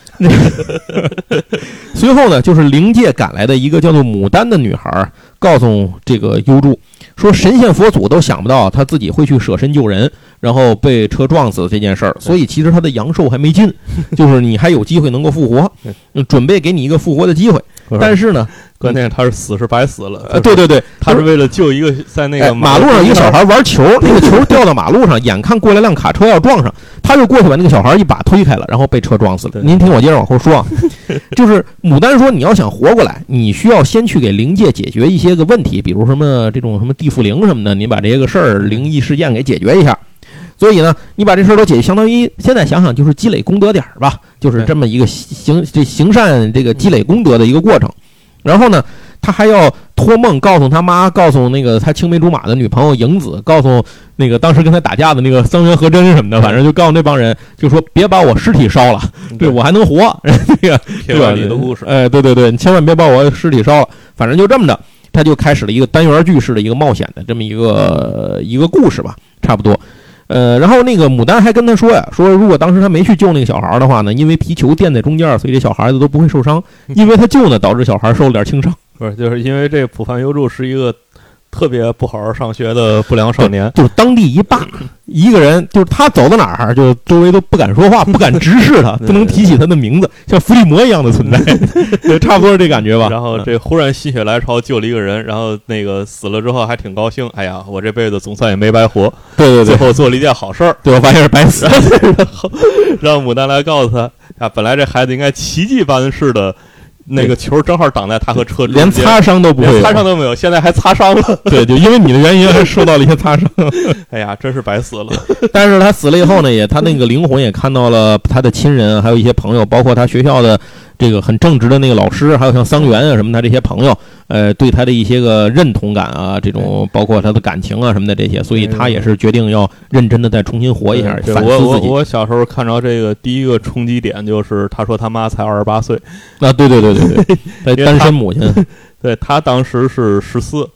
随后呢，就是灵界赶来的一个叫做牡丹的女孩，告诉这个幽助说，神仙佛祖都想不到他自己会去舍身救人，然后被车撞死这件事儿，所以其实他的阳寿还没尽，就是你还有机会能够复活，准备给你一个复活的机会。但是呢， 关键他是死是白死了。 对， 他是为了救一个在那个马路上一个小孩玩球，那个球掉到马路上，眼看过来辆卡车要撞上，他就过去把那个小孩一把推开了，然后被车撞死了。您听我接着往后说啊，就是牡丹说，你要想活过来，你需要先去给灵界解决一些个问题，比如什么这种什么地缚灵什么的，你把这些个事儿灵异事件给解决一下。所以呢，你把这事儿都解决，相当于现在想想就是积累功德点吧，就是这么一个行善这个积累功德的一个过程。然后呢，他还要托梦告诉他妈，告诉那个他青梅竹马的女朋友影子，告诉那个当时跟他打架的那个桑原和真什么的，反正就告诉那帮人，就说别把我尸体烧了，对我还能活。这个铁腕里的故事， 对，你千万别把我尸体烧了。反正就这么着，他就开始了一个单元剧式的一个冒险的这么一个故事吧，差不多。然后那个牡丹还跟他说呀，说如果当时他没去救那个小孩的话呢，因为皮球垫在中间，所以这小孩子都不会受伤。因为他救呢，导致小孩受了点轻伤。 不是，就是因为这浦饭幽助是一个特别不好好上学的不良少年， 就是当地一霸，一个人就是他走到哪儿，就周围都不敢说话，不敢直视他，不能提起他的名字，像伏地魔一样的存在，差不多是这感觉吧。 然后这忽然心血来潮救了一个人，然后那个死了之后还挺高兴，哎呀，我这辈子总算也没白活。 对， 最后做了一件好事儿， 对，我发现是白死。 然后让牡丹来告诉他啊，本来这孩子应该奇迹般似的。那个球正好挡在他和车之间， 连擦伤都不会有， 连擦伤都没有，现在还擦伤了。 对，就因为你的原因还受到了一些擦伤。 哎呀，真是白死了。 但是他死了以后呢，他那个灵魂也看到了他的亲人，还有一些朋友，包括他学校的这个很正直的那个老师，还有像桑原啊什么的这些朋友，对他的一些个认同感啊，这种包括他的感情啊什么的这些，所以他也是决定要认真的再重新活一下，反思自己。 我小时候看着这个第一个冲击点就是他说他妈才28岁啊，对，单身母亲， 对他当时是14。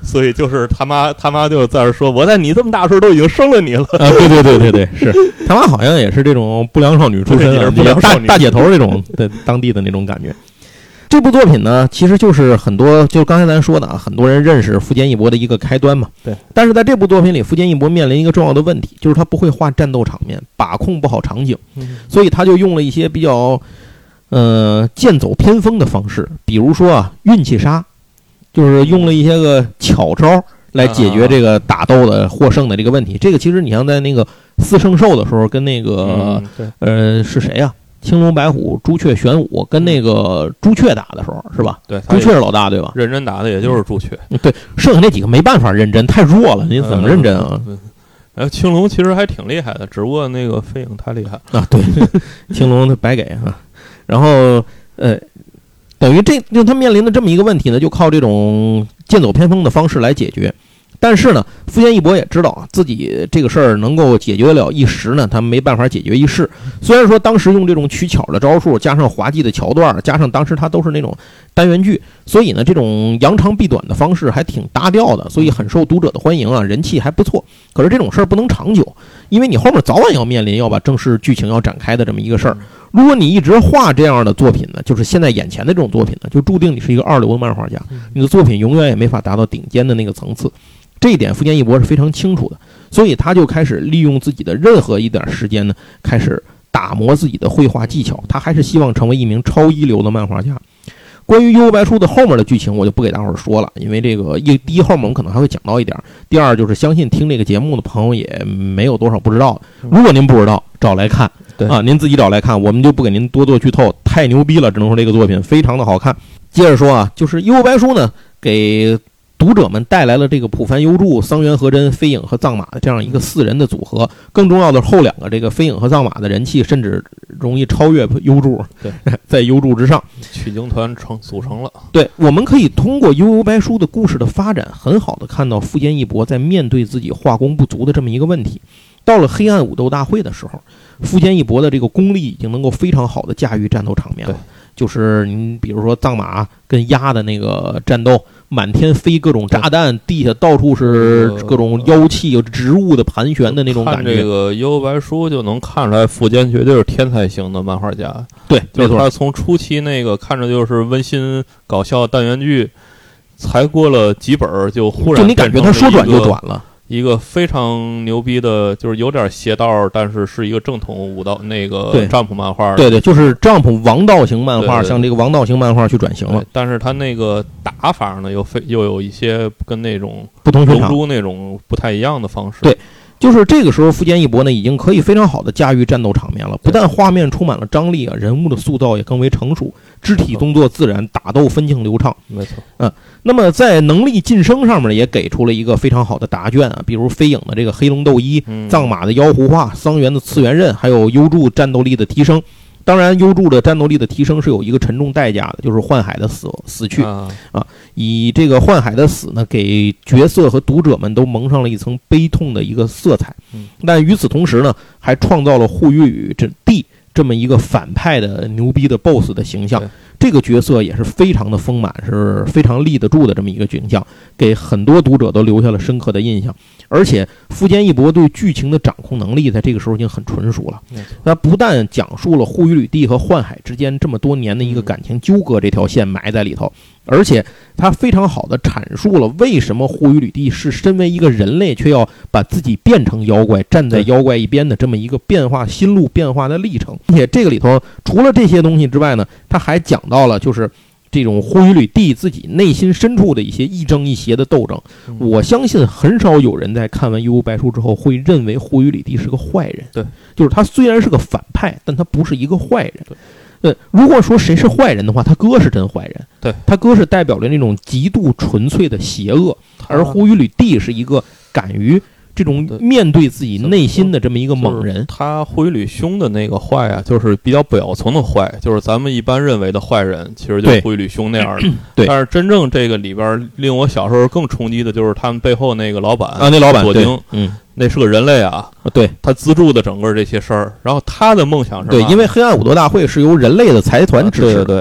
所以就是他妈就在这说，我在你这么大时候都已经生了你了啊！对，是他妈好像也是这种不良少女出身， 不良少女大姐头这种在当地的那种感觉。这部作品呢，其实就是很多，就刚才咱说的啊，很多人认识富坚义博的一个开端嘛。 对。 但是在这部作品里，富坚义博面临一个重要的问题，就是他不会画战斗场面，把控不好场景，所以他就用了一些比较剑走偏锋的方式，比如说啊，运气杀，就是用了一些个巧招来解决这个打斗的获胜的这个问题。这个其实你像在那个四圣兽的时候，跟那个是谁呀？青龙白虎朱雀玄武跟那个朱雀打的时候是吧？ 对， 朱雀是老大对吧？ 认真打的也就是朱雀。 对，剩下那几个没办法认真，太弱了，你怎么认真啊？ 青龙其实还挺厉害的，只不过那个飞影太厉害啊。对，青龙白给啊。然后等于就他面临的这么一个问题呢，就靠这种剑走偏锋的方式来解决。但是呢，富坚义博也知道啊，自己这个事儿能够解决得了一时呢，他没办法解决一世。虽然说当时用这种取巧的招数，加上滑稽的桥段，加上当时他都是那种单元剧，所以呢，这种扬长避短的方式还挺搭调的，所以很受读者的欢迎啊，人气还不错。可是这种事儿不能长久，因为你后面早晚要面临要把正式剧情要展开的这么一个事儿。如果你一直画这样的作品呢，就是现在眼前的这种作品呢，就注定你是一个二流的漫画家，你的作品永远也没法达到顶尖的那个层次。这一点富坚义博是非常清楚的，所以他就开始利用自己的任何一点时间呢，开始打磨自己的绘画技巧。他还是希望成为一名超一流的漫画家。关于幽游白书的后面的剧情，我就不给大伙儿说了，因为这个第一后面我们可能还会讲到一点。第二就是相信听这个节目的朋友也没有多少不知道的。如果您不知道，找来看啊，您自己找来看，我们就不给您多做剧透，太牛逼了，只能说这个作品非常的好看。接着说啊，就是幽游白书呢，给读者们带来了这个浦帆幽助、桑原和真、飞影和藏马的这样一个4人的组合。更重要的是后2个这个飞影和藏马的人气甚至容易超越幽助， 对， 在幽助之上， 取经团组成了。 对，我们可以通过幽游白书的故事的发展，很好的看到富坚义博在面对自己画工不足的这么一个问题。到了黑暗武斗大会的时候，富坚义博的这个功力已经能够非常好的驾驭战斗场面了。就是您比如说藏马跟鸭的那个战斗，满天飞各种炸弹，地下到处是各种妖气有植物的盘旋的那种感觉。 看这个幽游白书就能看出来，富坚绝对是天才型的漫画家。 对， 就是他从初期那个看着就是温馨搞笑单元剧，才过了几本就忽然就你感觉他说转就转了。 一个非常牛逼的，就是有点邪道，但是是一个正统武道那个丈夫漫画。 对，就是丈夫王道型漫画，向这个王道型漫画去转型了。 但是他那个打法呢，又有一些跟那种不同寻常、 龙珠那种不太一样的方式。 对。就是这个时候，富坚义博呢已经可以非常好的驾驭战斗场面了。不但画面充满了张力啊，人物的塑造也更为成熟，肢体动作自然，打斗分镜流畅。 没错， 那么在能力晋升上面也给出了一个非常好的答卷啊，比如飞影的这个黑龙斗一，藏马的妖狐化，桑原的次元刃，还有幽助战斗力的提升。当然，幽助的战斗力的提升是有一个沉重代价的，就是幻海的死去啊。以这个幻海的死呢，给角色和读者们都蒙上了一层悲痛的一个色彩。但与此同时呢，还创造了护宇宇这么一个反派的牛逼的 BOSS 的形象。这个角色也是非常的丰满，是非常立得住的这么一个形象，给很多读者都留下了深刻的印象。而且富坚义博对剧情的掌控能力在这个时候已经很纯熟了。他不但讲述了护宇吕地和幻海之间这么多年的一个感情纠葛这条线埋在里头，而且他非常好的阐述了为什么护宇吕地是身为一个人类却要把自己变成妖怪，站在妖怪一边的这么一个变化心路变化的历程。而且这个里头除了这些东西之外呢，他还讲到了就是这种护宇吕地自己内心深处的一些亦正亦邪的斗争。我相信很少有人在看完幽游白书之后会认为护宇吕地是个坏人。 对， 就是他虽然是个反派，但他不是一个坏人。如果说谁是坏人的话，他哥是真坏人。 对，他哥是代表着那种极度纯粹的邪恶，而护宇吕地是一个敢于这种面对自己内心的这么一个猛人。 他护宇吕兄的那个坏啊，就是比较表层的坏，就是咱们一般认为的坏人，其实就是护宇吕兄那样的。 对， 但是真正这个里边令我小时候更冲击的就是他们背后那个老板啊，那老板佐丁，那是个人类啊， 对， 他资助的整个这些事儿，然后他的梦想是对，因为黑暗武斗大会是由人类的财团支持的， 对，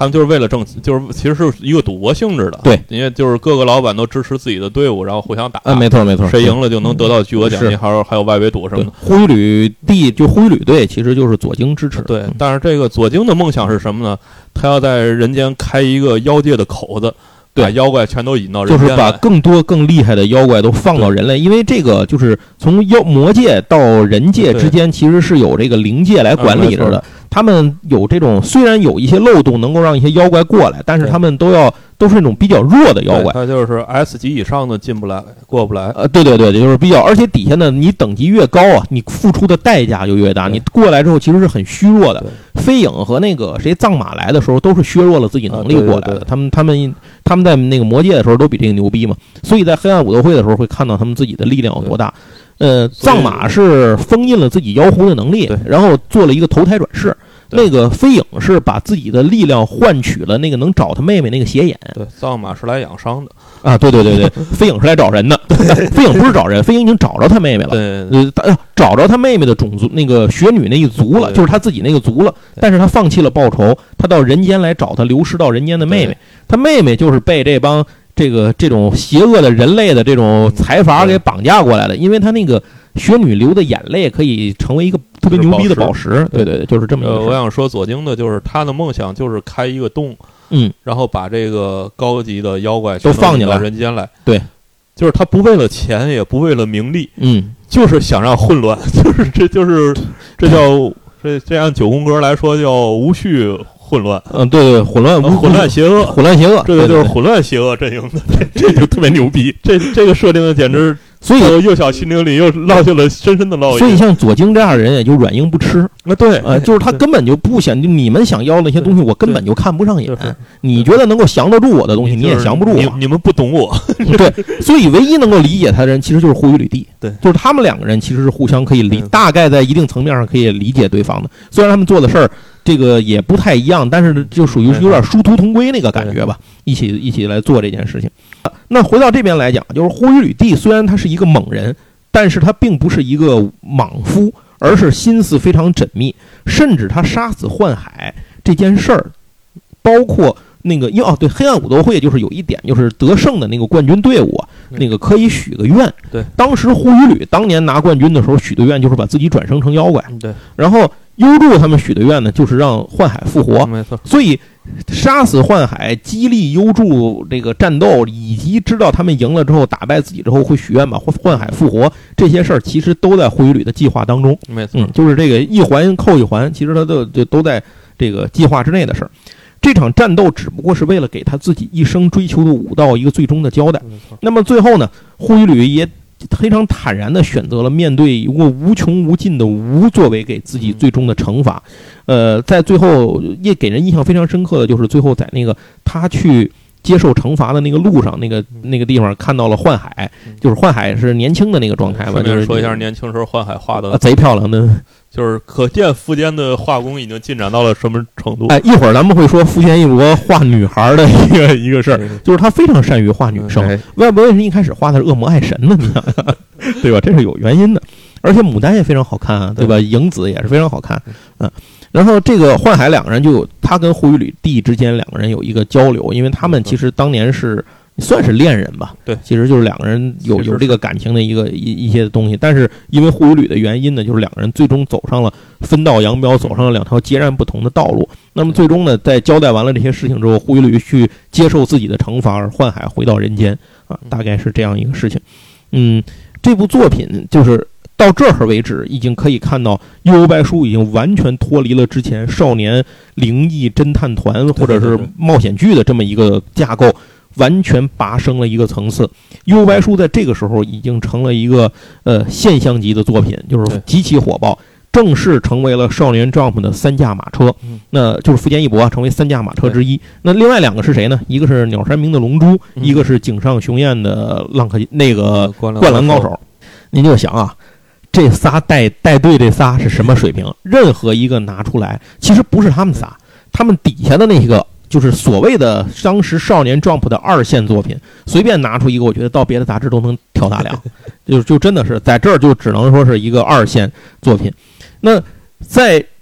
他们就是为了挣，就是其实是一个赌博性质的。 对， 因为就是各个老板都支持自己的队伍，然后互相打。 没错没错， 谁赢了就能得到巨额奖金，还有外围赌什么的。 呼吁旅队其实就是左京支持。 对，但是这个左京的梦想是什么呢？他要在人间开一个妖界的口子。把妖怪全都引到人间来， 就是把更多更厉害的妖怪都放到人类，因为这个就是从魔界到人界之间其实是有这个灵界来管理着的。他们有这种虽然有一些漏洞能够让一些妖怪过来，但是他们都是那种比较弱的妖怪。 他就是 S 级以上的进不来，过不来。 对，就是比较，而且底下呢，你等级越高啊，你付出的代价就越大。你过来之后其实是很虚弱的。飞影和那个谁藏马来的时候都是削弱了自己能力过来的。他们在那个魔界的时候都比这个牛逼嘛，所以在黑暗武斗会的时候会看到他们自己的力量有多大。藏马是封印了自己妖狐的能力，然后做了一个投胎转世。那个飞影是把自己的力量换取了那个能找他妹妹那个邪眼。 对，藏马是来养伤的啊！对，飞影是来找人的。飞影不是找人，飞影已经找着他妹妹了。 对， 找着他妹妹的种族，那个雪女那一族了，就是他自己那个族了。但是他放弃了报仇，他到人间来找他流失到人间的妹妹。他妹妹就是被这帮这种邪恶的人类的这种财阀给绑架过来的，因为他那个雪女流的眼泪可以成为一个特别牛逼的宝石。对，就是这么一个。 我想说左京的就是他的梦想就是开一个洞，然后把这个高级的妖怪都放进来人间来。 对， 就是他不为了钱，也不为了名利，就是想让混乱，这叫这按九宫格来说叫无序混乱。 对，混乱邪恶，这个就是混乱邪恶阵营的，这就特别牛逼。这个设定的简直。所以幼小心灵里又落下了深深的烙印。 所以像左京这样的人也就软硬不吃。 对， 就是他根本就不想，你们想要那些东西，我根本就看不上眼。你觉得能够降得住我的东西，你也降不住我。 你们不懂我。 对，所以唯一能够理解他的人，其实就是护宇履地。 对， 就是他们两个人其实是互相可以大概在一定层面上可以理解对方的。虽然他们做的事儿这个也不太一样，但是就属于有点殊途同归那个感觉吧，一起来做这件事情。那回到这边来讲，就是护宇履地虽然他是一个猛人，但是他并不是一个莽夫，而是心思非常缜密，甚至他杀死幻海这件事儿，包括那个对黑暗武斗会就是有一点，就是得胜的那个冠军队伍那个可以许个愿。 对， 当时护宇履当年拿冠军的时候许的愿就是把自己转生成妖怪。 对， 然后幽助他们许的愿呢，就是让幻海复活。 没错， 所以杀死幻海，激励幽助这个战斗，以及知道他们赢了之后打败自己之后会许愿把幻海复活，这些事儿其实都在护宇履的计划当中。 没错， 就是这个一环扣一环，其实他都在这个计划之内的事儿。这场战斗只不过是为了给他自己一生追求的武道一个最终的交代。那么最后呢，护宇履也非常坦然地选择了面对一个无穷无尽的无作为给自己最终的惩罚。在最后也给人印象非常深刻的就是最后在那个他去接受惩罚的那个路上，那个地方看到了幻海，就是幻海是年轻的那个状态嘛。就是说一下年轻时候幻海画的贼漂亮的。 就是可见富坚的画工已经进展到了什么程度。 一会儿咱们会说富坚义博画女孩的一个事儿，就是他非常善于画女生。为什么一开始画的是恶魔爱神呢？你想对吧？这是有原因的。而且牡丹也非常好看啊，对吧？影子也是非常好看。然后这个幻海两个人他跟护宇履地之间两个人有一个交流，因为他们其实当年是算是恋人吧。 对， 其实就是两个人有这个感情的一些东西，但是因为护宇履的原因呢，就是两个人最终走上了分道扬镳，走上了两条截然不同的道路。那么最终呢，在交代完了这些事情之后，护宇履去接受自己的惩罚，而幻海回到人间大概是这样一个事情。这部作品就是到这儿为止，已经可以看到幽白书已经完全脱离了之前少年灵异侦探团或者是冒险剧的这么一个架构，完全拔升了一个层次。幽白书在这个时候已经成了一个现象级的作品，就是极其火爆，正式成为了少年 Jump 的3驾马车。那就是富坚义博成为3驾马车之一。那另外两个是谁呢？一个是鸟山明的龙珠，一个是井上雄彦的那个灌篮高手。您就想啊，这仨带队这仨是什么水平？任何一个拿出来，其实不是他们仨，他们底下的那个就是所谓的当时少年 Jump 的2线作品，随便拿出一个，我觉得到别的杂志都能挑大梁，就真的是在这儿就只能说是一个2线作品。那在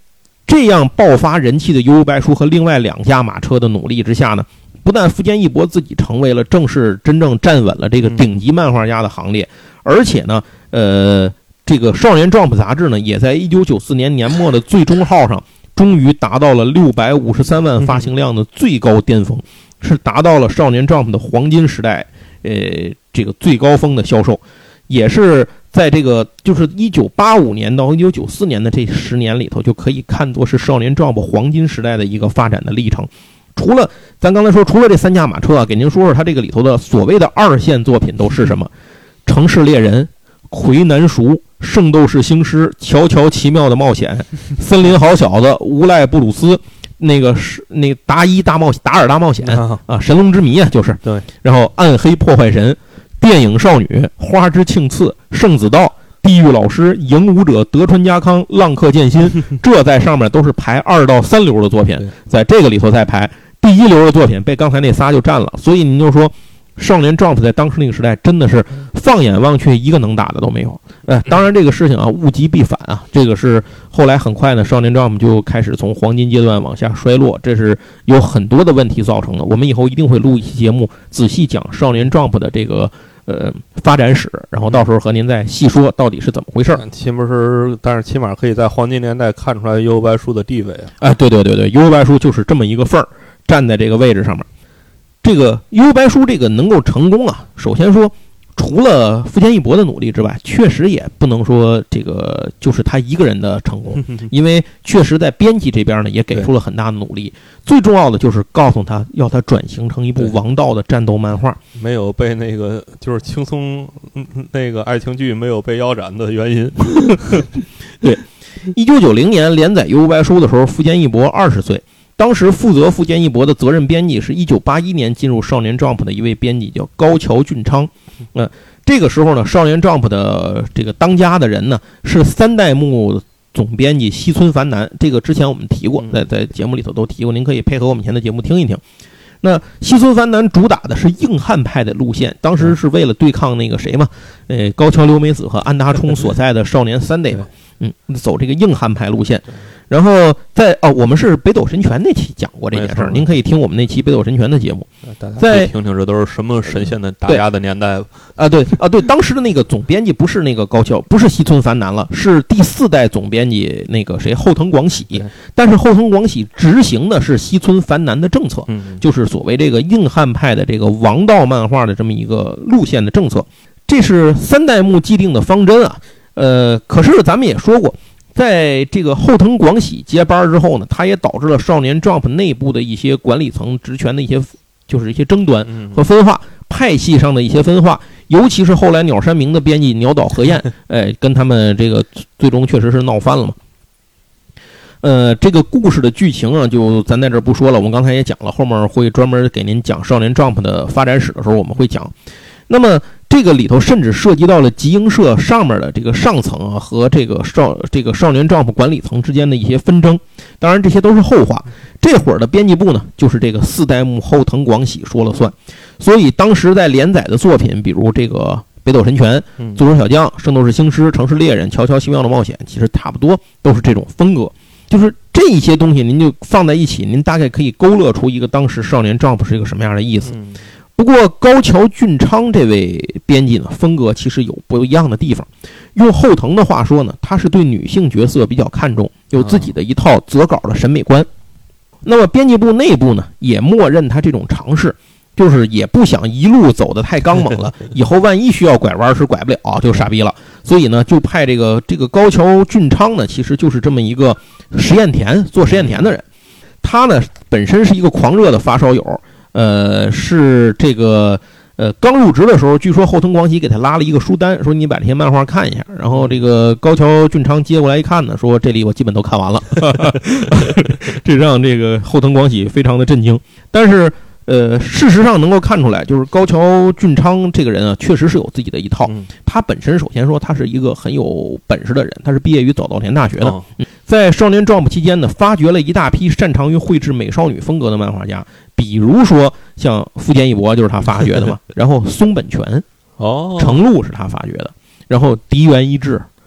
这样爆发人气的幽游白书和另外2家马车的努力之下呢，不但富坚义博自己成为了正式真正站稳了这个顶级漫画家的行列，而且呢，这个少年 Jump 杂志呢，也在1994年年末的最终号上，终于达到了653万发行量的最高巅峰，是达到了少年 Jump 的黄金时代，这个最高峰的销售，也是在这个就是1985年到1994年的这10年里头，就可以看作是少年 Jump 黄金时代的一个发展的历程。除了咱刚才说，除了这3驾马车啊，给您说说它这个里头的所谓的2线作品都是什么？城市猎人、魁南熟、圣斗士星矢、乔乔奇妙的冒险、森林好小子、无赖布鲁斯，那个是那达尔大冒险啊，神龙之谜啊，就是对。 然后暗黑破坏神、电影少女、花之庆次、圣子道、地狱老师、影武者、德川家康、浪客剑心，这在上面都是排2到3流的作品，在这个里头再排第1流的作品被刚才那仨就占了，所以您就说少年 Jump 在当时那个时代真的是放眼望去一个能打的都没有。当然这个事情啊，物极必反啊，这个是后来很快呢，少年 Jump 就开始从黄金阶段往下衰落，这是有很多的问题造成的。我们以后一定会录一期节目，仔细讲少年 Jump 的这个发展史，然后到时候和您再细说到底是怎么回事。 但是起码可以在黄金年代看出来幽游白书的地位啊。 对，幽游白书就是这么一个份儿，站在这个位置上面。这个幽游白书这个能够成功啊，首先说除了富坚义博的努力之外，确实也不能说这个就是他一个人的成功，因为确实在编辑这边呢也给出了很大的努力。最重要的就是告诉他要他转型成一部王道的战斗漫画， 没有被那个就是轻松那个爱情剧没有被腰斩的原因。 对，1990年连载幽游白书的时候，富坚义博20岁。当时负责富坚义博的责任编辑是1981年进入少年 Jump 的一位编辑，叫高桥俊昌。这个时候呢，少年 Jump 的这个当家的人呢是3代目总编辑西村繁男。这个之前我们提过，在节目里头都提过，您可以配合我们以前的节目听一听。那西村繁男主打的是硬汉派的路线，当时是为了对抗那个谁嘛，高桥留美子和安达充所在的少年3代嘛，走这个硬汉派路线。然后我们是北斗神拳那期讲过这件事儿，您可以听我们那期北斗神拳的节目， 再听听这都是什么神仙的打压的年代对，当时的那个总编辑不是那个高桥，不是西村繁男了，是第4代总编辑那个谁后藤广喜，但是后藤广喜执行的是西村繁男的政策，就是所谓这个硬汉派的这个王道漫画的这么一个路线的政策，这是3代目既定的方针啊。可是咱们也说过，在这个后藤广喜接班之后呢，他也导致了少年 Jump 内部的一些管理层职权的一些争端和分化，派系上的一些分化，尤其是后来鸟山明的编辑鸟岛和彦，跟他们这个最终确实是闹翻了嘛。这个故事的剧情啊，就咱在这不说了，我们刚才也讲了，后面会专门给您讲少年 Jump 的发展史的时候我们会讲。那么这个里头甚至涉及到了集英社上面的这个上层啊和这个少年 Jump 管理层之间的一些纷争，当然这些都是后话。这会儿的编辑部呢，就是这个4代目后藤广喜说了算，所以当时在连载的作品，比如这个北斗神拳、足球小将、圣斗士星矢、城市猎人、乔乔奇妙的冒险，其实差不多都是这种风格。就是这一些东西您就放在一起，您大概可以勾勒出一个当时少年 Jump 是一个什么样的意思。不过高桥俊昌这位编辑呢，风格其实有不一样的地方。用后藤的话说呢，他是对女性角色比较看重，有自己的一套择稿的审美观。那么编辑部内部呢，也默认他这种尝试，就是也不想一路走得太刚猛了，以后万一需要拐弯是拐不了，就傻逼了。所以呢，就派这个高桥俊昌呢，其实就是这么一个做实验田的人。他呢本身是一个狂热的发烧友。是这个刚入职的时候，据说后藤广喜给他拉了一个书单，说你把这些漫画看一下。然后这个高桥俊昌接过来一看呢，说这里我基本都看完了，这让这个后藤广喜非常的震惊。但是事实上能够看出来，就是高桥俊昌这个人啊，确实是有自己的一套。他本身首先说他是一个很有本事的人，他是毕业于早稻田大学的，在少年 Jump 期间呢，发掘了一大批擅长于绘制美少女风格的漫画家，比如说像富坚义博就是他发掘的嘛，然后松本泉、程璐是他发掘的，然后荻原一志、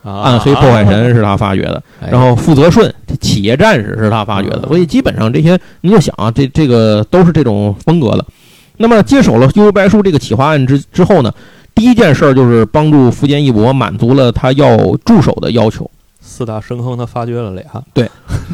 暗黑破坏神是他发掘的，然后负责顺企业战士是他发掘的，所以基本上这些你就想啊，这个都是这种风格的。那么接手了悠悠白书这个企划案之后呢，第一件事就是帮助福建一博满足了他要助手的要求。 4大深坑他发掘了俩， 对，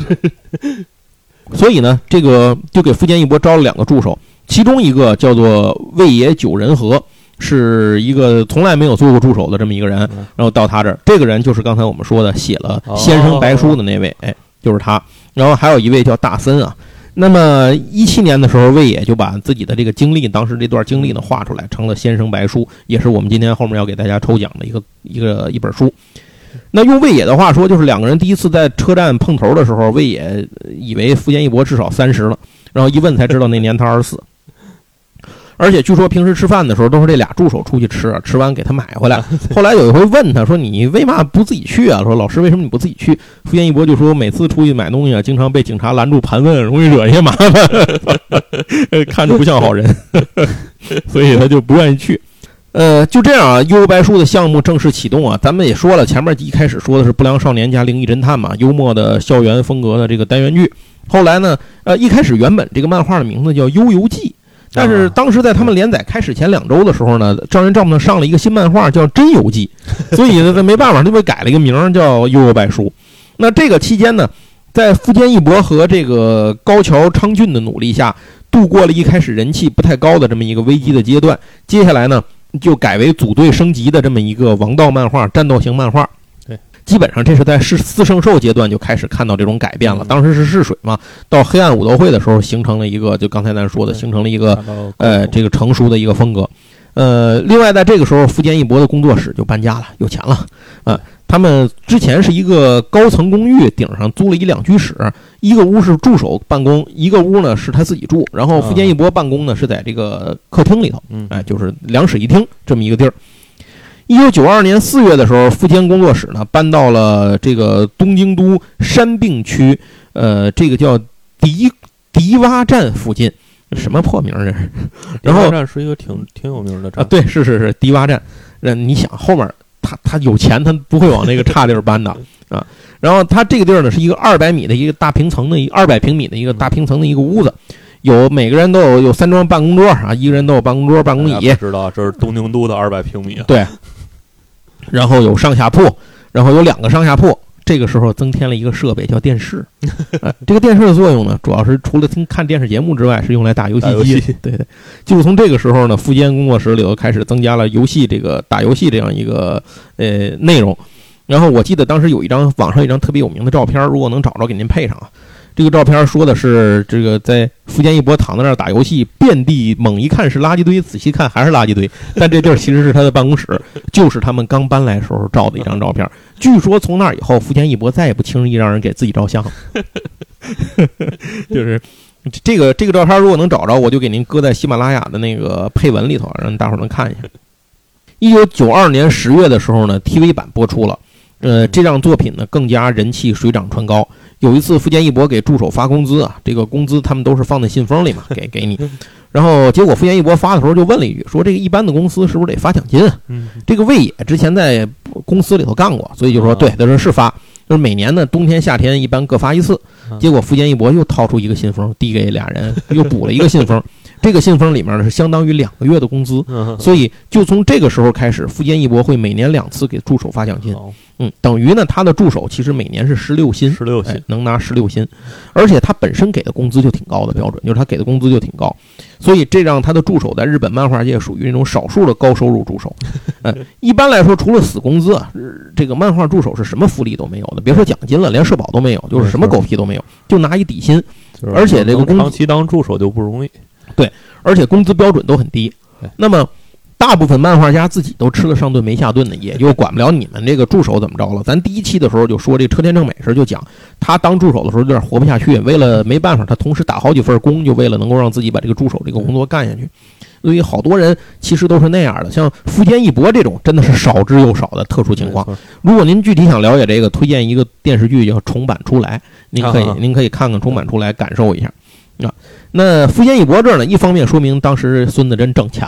所以呢，这个就给福建一博招了2个助手，其中一个叫做魏野九人和，是一个从来没有做过助手的这么一个人，然后到他这儿，这个人就是刚才我们说的写了《先生白书》的那位，就是他。然后还有一位叫大森啊。那么17年的时候，魏野就把自己的这个经历，当时这段经历呢画出来，成了《先生白书》，也是我们今天后面要给大家抽奖的一本书。那用魏野的话说，就是2个人第一次在车站碰头的时候，魏野以为福建一博至少30了，然后一问才知道那年他24。而且据说平时吃饭的时候都是这俩助手出去吃，吃完给他买回来。后来有一回问他说：“你为嘛不自己去啊？”说：“老师，为什么你不自己去？”福建一博就说：“每次出去买东西啊，经常被警察拦住盘问，容易惹一些麻烦，看着不像好人，所以他就不愿意去。”就这样啊，悠悠白书的项目正式启动啊。咱们也说了，前面一开始说的是不良少年加灵异侦探嘛，幽默的校园风格的这个单元剧。后来呢，一开始原本这个漫画的名字叫《悠游记》。但是当时在他们连载开始前2周的时候呢，赵元照呢上了一个新漫画叫《真游记》，所以呢没办法，就被改了一个名叫《悠悠白书》。那这个期间呢，在富坚义博和这个高桥昌俊的努力下，度过了一开始人气不太高的这么一个危机的阶段。接下来呢，就改为组队升级的这么一个王道漫画、战斗型漫画。基本上这是在4圣兽阶段就开始看到这种改变了。当时是试水嘛，到黑暗武斗会的时候形成了一个，就刚才咱说的，形成了一个这个成熟的一个风格。另外在这个时候，福坚一博的工作室就搬家了，有钱了他们之前是一个高层公寓，顶上租了1、2居室，一个屋是助手办公，一个屋呢是他自己住，然后福坚一博办公呢是在这个客厅里头，就是2室1厅这么一个地儿。1992年4月的时候，富坚工作室呢搬到了这个东京都山并区，这个叫迪洼站附近，什么破名这是？然后迪洼站是一个挺有名的站对，是迪洼站。你想后面他有钱，他不会往那个差地儿搬的啊。然后他这个地儿呢是一个200米的一个大平层的200平米的一个大平层的一个屋子。每个人都有3张办公桌啊，一个人都有办公桌、办公椅。 知道这是东京都的200平米。 对。然后有上下铺，然后有2个上下铺。这个时候增添了一个设备叫电视。这个电视的作用呢，主要是除了看电视节目之外，是用来打游戏机。对，就是从这个时候呢，富坚工作室里头开始增加了游戏这个打游戏这样一个内容。然后我记得当时有网上一张特别有名的照片，如果能找着给您配上啊。这个照片说的是这个在福坚一博躺在那儿打游戏，遍地猛一看是垃圾堆，仔细看还是垃圾堆，但这地儿其实是他的办公室，就是他们刚搬来的时候照的一张照片。据说从那以后，福坚一博再也不轻易让人给自己照相。就是这个照片如果能找着，我就给您搁在喜马拉雅的那个配文里头，让大伙儿能看一下。1992年10月的时候呢 ，TV 版播出了。这让作品呢更加人气水涨船高。有一次福坚一博给助手发工资啊，这个工资他们都是放在信封里嘛，给你。然后结果福坚一博发的时候就问了一句，说这个一般的公司是不是得发奖金啊？这个魏野之前在公司里头干过，所以就说对，他说是发，就是每年呢冬天夏天一般各发1次。结果福坚一博又掏出一个信封递给俩人，又补了一个信封。这个信封里面呢是相当于2个月的工资，所以就从这个时候开始，福坚一博会每年2次给助手发奖金。等于呢他的助手其实每年是16薪，能拿16薪，而且他本身给的工资就挺高的标准，就是他给的工资就挺高，所以这让他的助手在日本漫画界属于那种少数的高收入助手。一般来说，除了死工资啊，这个漫画助手是什么福利都没有的，别说奖金了，连社保都没有，就是什么狗屁都没有，就拿一底薪，而且这个长期当助手就不容易。 对，而且工资标准都很低。那么大部分漫画家自己都吃了上顿没下顿的，也就管不了你们这个助手怎么着了。咱第1期的时候就说这车田正美时就讲，他当助手的时候有点活不下去，为了没办法，他同时打好几份工，就为了能够让自己把这个助手这个工作干下去。所以好多人其实都是那样的，像福坚一博这种真的是少之又少的特殊情况。如果您具体想了解这个，推荐一个电视剧叫《重版出来》，您可以看看《重版出来》，感受一下。那福坚一博这儿呢，一方面说明当时孙子真挣钱了，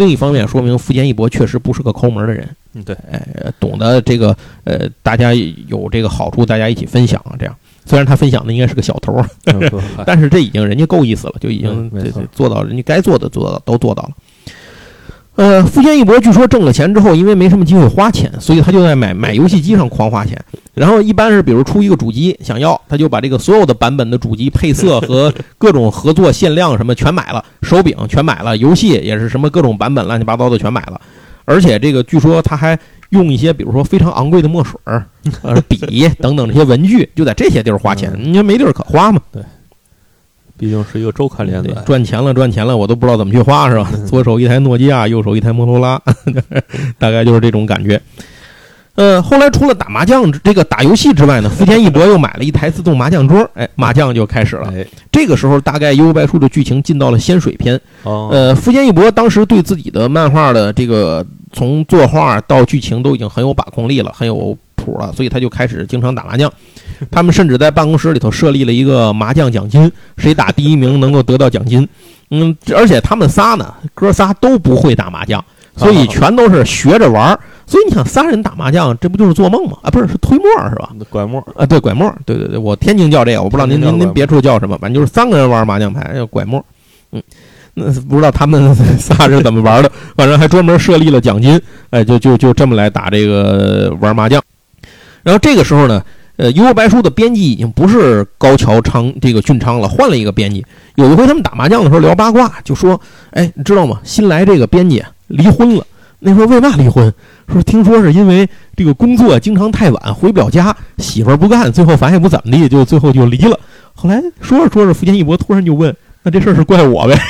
另一方面说明富坚义博确实不是个抠门的人。 对， 懂得这个大家有这个好处，大家一起分享这样。虽然他分享的应该是个小头，但是这已经人家够意思了，就已经做到人家该做的都做到了。富坚义博据说挣了钱之后，因为没什么机会花钱，所以他就在买游戏机上狂花钱。然后一般是比如出一个主机想要，他就把这个所有的版本的主机配色和各种合作限量什么全买了，手柄全买了，游戏也是什么各种版本乱七八糟的全买了。而且这个据说他还用一些比如说非常昂贵的墨水笔等等这些文具，就在这些地儿花钱，因为没地儿可花嘛。 对，毕竟是一个周刊连载， 赚钱了，我都不知道怎么去花，是吧？左手一台诺基亚，右手一台摩托拉，大概就是这种感觉。后来除了打麻将这个打游戏之外呢，富坚义博又买了一台自动麻将桌，麻将就开始了。这个时候大概幽游白书的剧情进到了仙水篇。富坚义博当时对自己的漫画的这个从作画到剧情都已经很有把控力了，很有谱了，所以他就开始经常打麻将。他们甚至在办公室里头设立了一个麻将奖金，谁打第一名能够得到奖金。而且他们仨呢，哥仨都不会打麻将，所以全都是学着玩。所以你想仨人打麻将，这不就是做梦吗？不是推磨是吧？ 拐磨对，拐磨，对，我天津叫这个，我不知道您别处叫什么，反正就是3个人玩麻将牌叫拐磨。那不知道他们仨是怎么玩的，反正还专门设立了奖金，就这么来打这个玩麻将。然后这个时候呢，幽游白书的编辑已经不是高桥俊昌了，换了一个编辑。有一回他们打麻将的时候聊八卦，就说，你知道吗？新来这个编辑离婚了。那说为嘛离婚？说听说是因为这个工作经常太晚，回不了家，媳妇儿不干，最后反正也不怎么地，就最后就离了。后来说着富坚义博突然就问，那这事儿是怪我呗？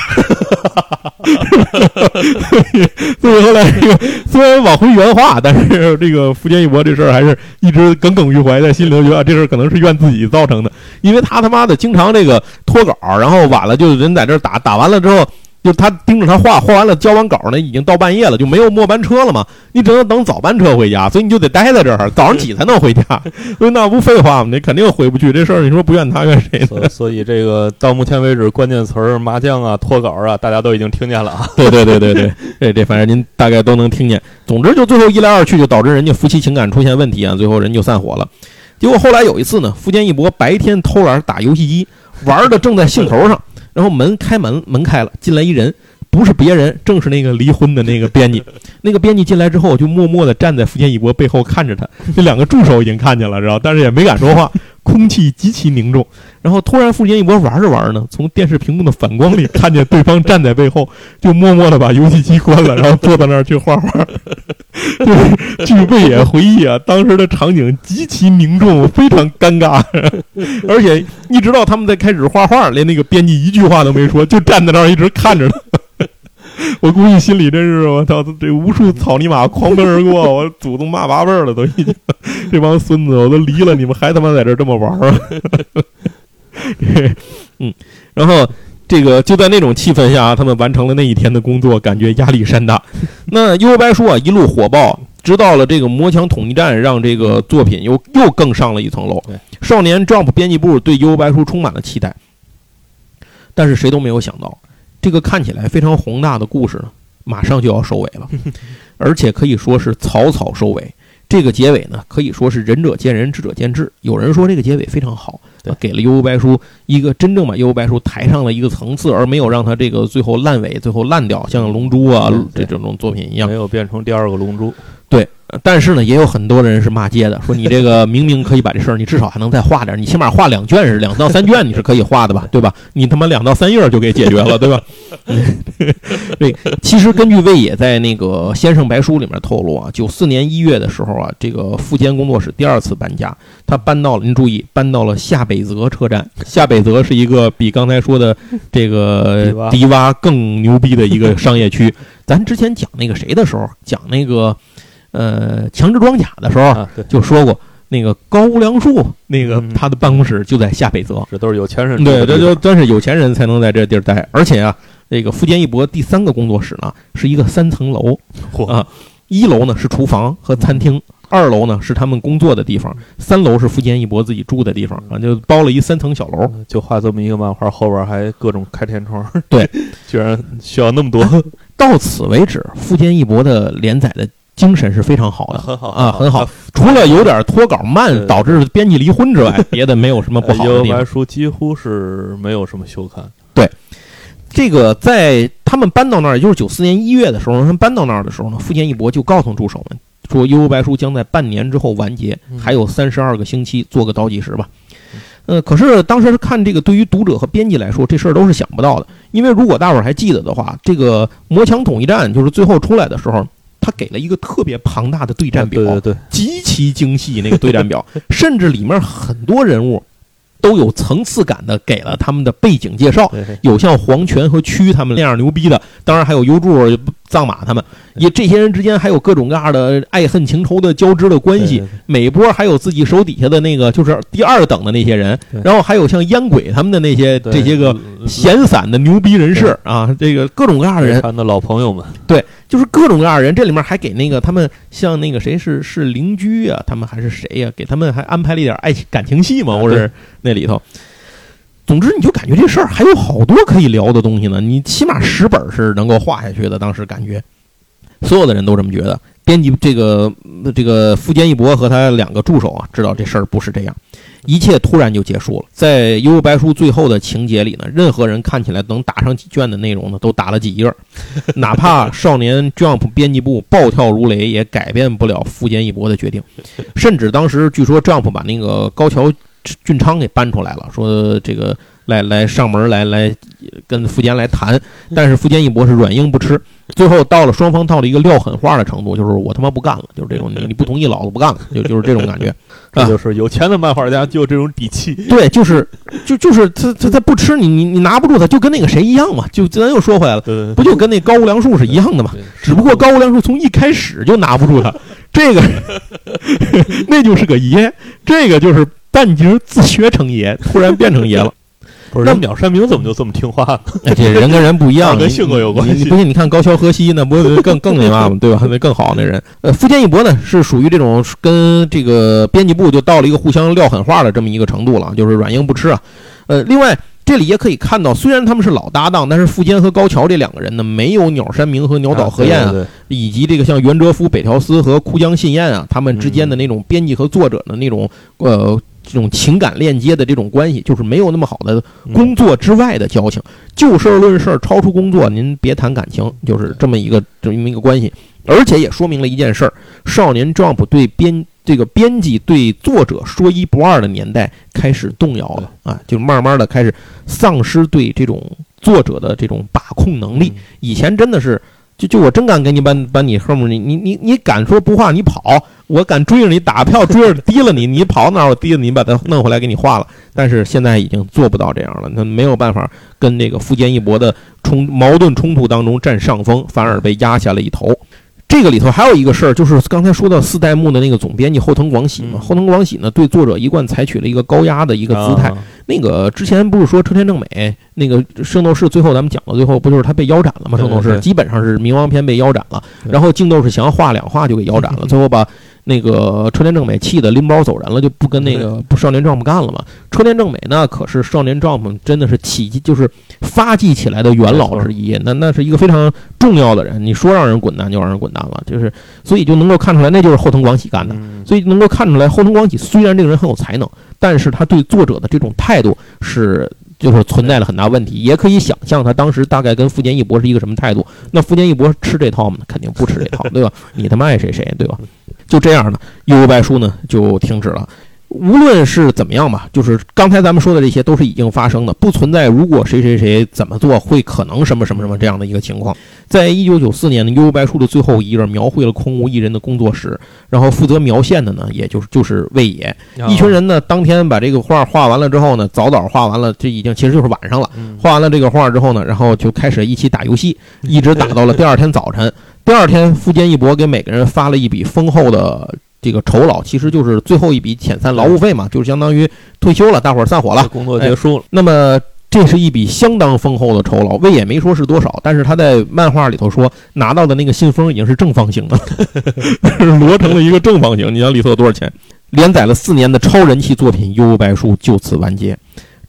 所以后来这个虽然往回原话，但是这个富坚义博这事儿还是一直耿耿于怀，在心里头觉得这事儿可能是怨自己造成的，因为他妈的经常这个脱稿，然后晚了就人在这儿打完了之后。就他盯着他画完了，交完稿呢，已经到半夜了，就没有末班车了嘛。你只能等早班车回家，所以你就得待在这儿，早上起才能回家。所以那不废话吗？你肯定回不去。这事儿你说不怨他怨谁呢？ 所以这个到目前为止，关键词儿麻将啊、脱稿啊，大家都已经听见了啊。 对，这反正您大概都能听见。总之就最后一来二去，就导致人家夫妻情感出现问题啊，最后人就散伙了。结果后来有一次呢，富坚义博白天偷懒打游戏机，玩的正在兴头上。然后门开了，进来一人，不是别人，正是那个离婚的那个编辑。那个编辑进来之后，就默默地站在富坚义博背后看着他。这2个助手已经看见了，知道，但是也没敢说话，空气极其凝重。然后突然富坚义博玩着玩着呢，从电视屏幕的反光里看见对方站在背后，就默默地把游戏机关了，然后坐到那儿去画画。就是据贝野回忆啊，当时的场景极其凝重，非常尴尬，而且一直到他们在开始画画，连那个编辑一句话都没说，就站在那儿一直看着他。我估计心里真是我操，这无数草泥马狂奔而过，我祖宗骂八辈了都已经，这帮孙子我都离了，你们还他妈在这么玩啊！然后这个就在那种气氛下，他们完成了那一天的工作，感觉压力山大。那幽游白书啊，一路火爆，直到了这个魔墙统一战，让这个作品又更上了一层楼。少年 Jump 编辑部对幽游白书充满了期待，但是谁都没有想到，这个看起来非常宏大的故事呢，马上就要收尾了，而且可以说是草草收尾。这个结尾呢，可以说是仁者见仁，智者见智。有人说这个结尾非常好，给了幽游白书一个真正把幽游白书抬上了一个层次，而没有让它这个最后烂尾，最后烂掉，像龙珠啊这种作品一样， 没有变成第2个龙珠。 对，但是呢，也有很多人是骂街的，说你这个明明可以把这事儿，你至少还能再画点，你起码画2卷是2到3卷，你是可以画的吧，对吧？你他妈2到3页就给解决了，对吧？对，其实根据魏野在那个《先生白书》里面透露啊，94年1月的时候啊，这个富坚工作室第2次搬家，他搬到了，您注意，搬到了下北泽车站。下北泽是一个比刚才说的这个迪洼更牛逼的一个商业区。咱之前讲那个谁的时候，讲那个强制装甲的时候就说过，那个高屋良树那个他的办公室就在下北泽。 这都是有钱人， 对，这就真是有钱人才能在这地儿待。而且啊，这个富坚义博第3个工作室呢是一个3层楼啊，1楼呢是厨房和餐厅，2楼呢是他们工作的地方，3楼是富坚义博自己住的地方啊，就包了一3层小楼。就画这么一个漫画，后边还各种开天窗， 对， 居然需要那么多到此为止，富坚义博的连载的精神是非常好的， 很好啊，很好。除了有点脱稿慢导致编辑离婚之外，别的没有什么不好的地方。 幽白书几乎是没有什么休刊。 对，这个在他们搬到那儿，也就是94年1月的时候，他们搬到那儿的时候呢，富坚义博就告诉助手们说，幽游白书将在半年之后完结，还有32个星期，做个倒计时吧。可是当时看这个，对于读者和编辑来说，这事儿都是想不到的。因为如果大伙儿还记得的话，这个魔枪统一战就是最后出来的时候，他给了一个特别庞大的对战表， 对， 极其精细那个对战表，甚至里面很多人物都有层次感的给了他们的背景介绍，有像黄泉和屈他们那样牛逼的，当然还有幽助、藏马他们，也这些人之间还有各种各样的爱恨情仇的交织的关系。每波还有自己手底下的那个就是第二等的那些人，然后还有像烟鬼他们的那些这些个闲散的牛逼人士啊，这个各种各样的人， 他的老朋友们， 对，就是各种各样的人。这里面还给那个他们像那个谁是邻居啊，他们还是谁呀？给他们还安排了一点感情戏嘛，或者那里头。总之你就感觉这事儿还有好多可以聊的东西呢，你起码10本是能够画下去的。当时感觉所有的人都这么觉得，编辑这个富坚义博和他2个助手啊，知道这事儿不是这样，一切突然就结束了。在幽游白书最后的情节里呢，任何人看起来能打上几卷的内容呢，都打了几页，哪怕少年 Jump 编辑部暴跳如雷，也改变不了富坚义博的决定。甚至当时据说 Jump 把那个高桥俊昌给搬出来了，说这个来上门来跟富坚来谈，但是富坚义博是软硬不吃，最后双方到了一个撂狠话的程度，就是我他妈不干了，就是这种你不同意老子不干了，就是这种感觉。 这就是有钱的漫画家就有这种底气。 对，就是他不吃你拿不住他，就跟那个谁一样嘛，就咱又说回来了，不就跟那高无良树是一样的嘛？只不过高无良树从一开始就拿不住他，这个那就是个爷，这个就是半截自学成爷，突然变成爷了。 不是，那鸟山明怎么就这么听话呢？ 这人跟人不一样， 跟性格有关系。 不信你看高桥和希那不更那嘛，对吧？那更好那人。富坚义博呢是属于这种跟这个编辑部就到了一个互相撂狠话的这么一个程度了，就是软硬不吃啊。另外这里也可以看到，虽然他们是老搭档，但是富坚和高桥这2个人呢，没有鸟山明和鸟岛和彦啊，以及这个像原哲夫、北条司和枯江信彦啊，他们之间的那种编辑和作者的那种这种情感链接的这种关系，就是没有那么好的工作之外的交情，就事论事，超出工作您别谈感情，就是这么一个关系。而且也说明了一件事儿，少年 Jump 对编辑对作者说一不二的年代开始动摇了啊，就慢慢的开始丧失对这种作者的这种把控能力。以前真的是就我真敢给你把你后面你敢说不画你跑，我敢追着你打票追着提了你跑哪儿我提了你把它弄回来给你画了。但是现在已经做不到这样了，他没有办法跟这个富坚义博的矛盾冲突当中占上风，反而被压下了一头。这个里头还有一个事儿，就是刚才说到4代目的那个总编辑后藤广喜嘛，后藤广喜呢对作者一贯采取了一个高压的一个姿态。那个之前不是说车田正美那个圣斗士最后咱们讲到最后不就是他被腰斩了吗？圣斗士基本上是冥王篇被腰斩了，然后净斗士想要画2画就给腰斩了，最后把那个车田正美气得拎包走人了，就不跟那个少年 Jump 干了嘛。车田正美呢可是少年 Jump 真的是就是发迹起来的元老之一，那是一个非常重要的人，你说让人滚蛋就让人滚蛋了，就是所以就能够看出来那就是后藤广喜干的。所以能够看出来后藤广喜虽然这个人很有才能，但是他对作者的这种态度就是存在了很大问题。也可以想象他当时大概跟富坚义博是一个什么态度。那富坚义博吃这套吗？肯定不吃这套，对吧？你他妈爱谁谁，对吧？就这样呢，幽游白书呢就停止了。无论是怎么样吧，就是刚才咱们说的这些都是已经发生的，不存在如果谁怎么做会可能什么这样的一个情况。在1994年的幽游白书的最后一页描绘了空无一人的工作室，然后负责描线的呢也就是魏野。一群人呢当天把这个画画完了之后呢，早画完了，这已经其实就是晚上了。画完了这个画之后呢，然后就开始一起打游戏，一直打到了第二天早晨。第二天富坚义博给每个人发了一笔丰厚的这个酬劳，其实就是最后一笔遣散劳务费嘛，就是相当于退休了，大伙儿散伙了， 工作结束了。 那么这是一笔相当丰厚的酬劳，魏也没说是多少，但是他在漫画里头说拿到的那个信封已经是正方形的，摞成了一个正方形。你想里头有多少钱？连载了4年的超人气作品《幽游白书》就此完结。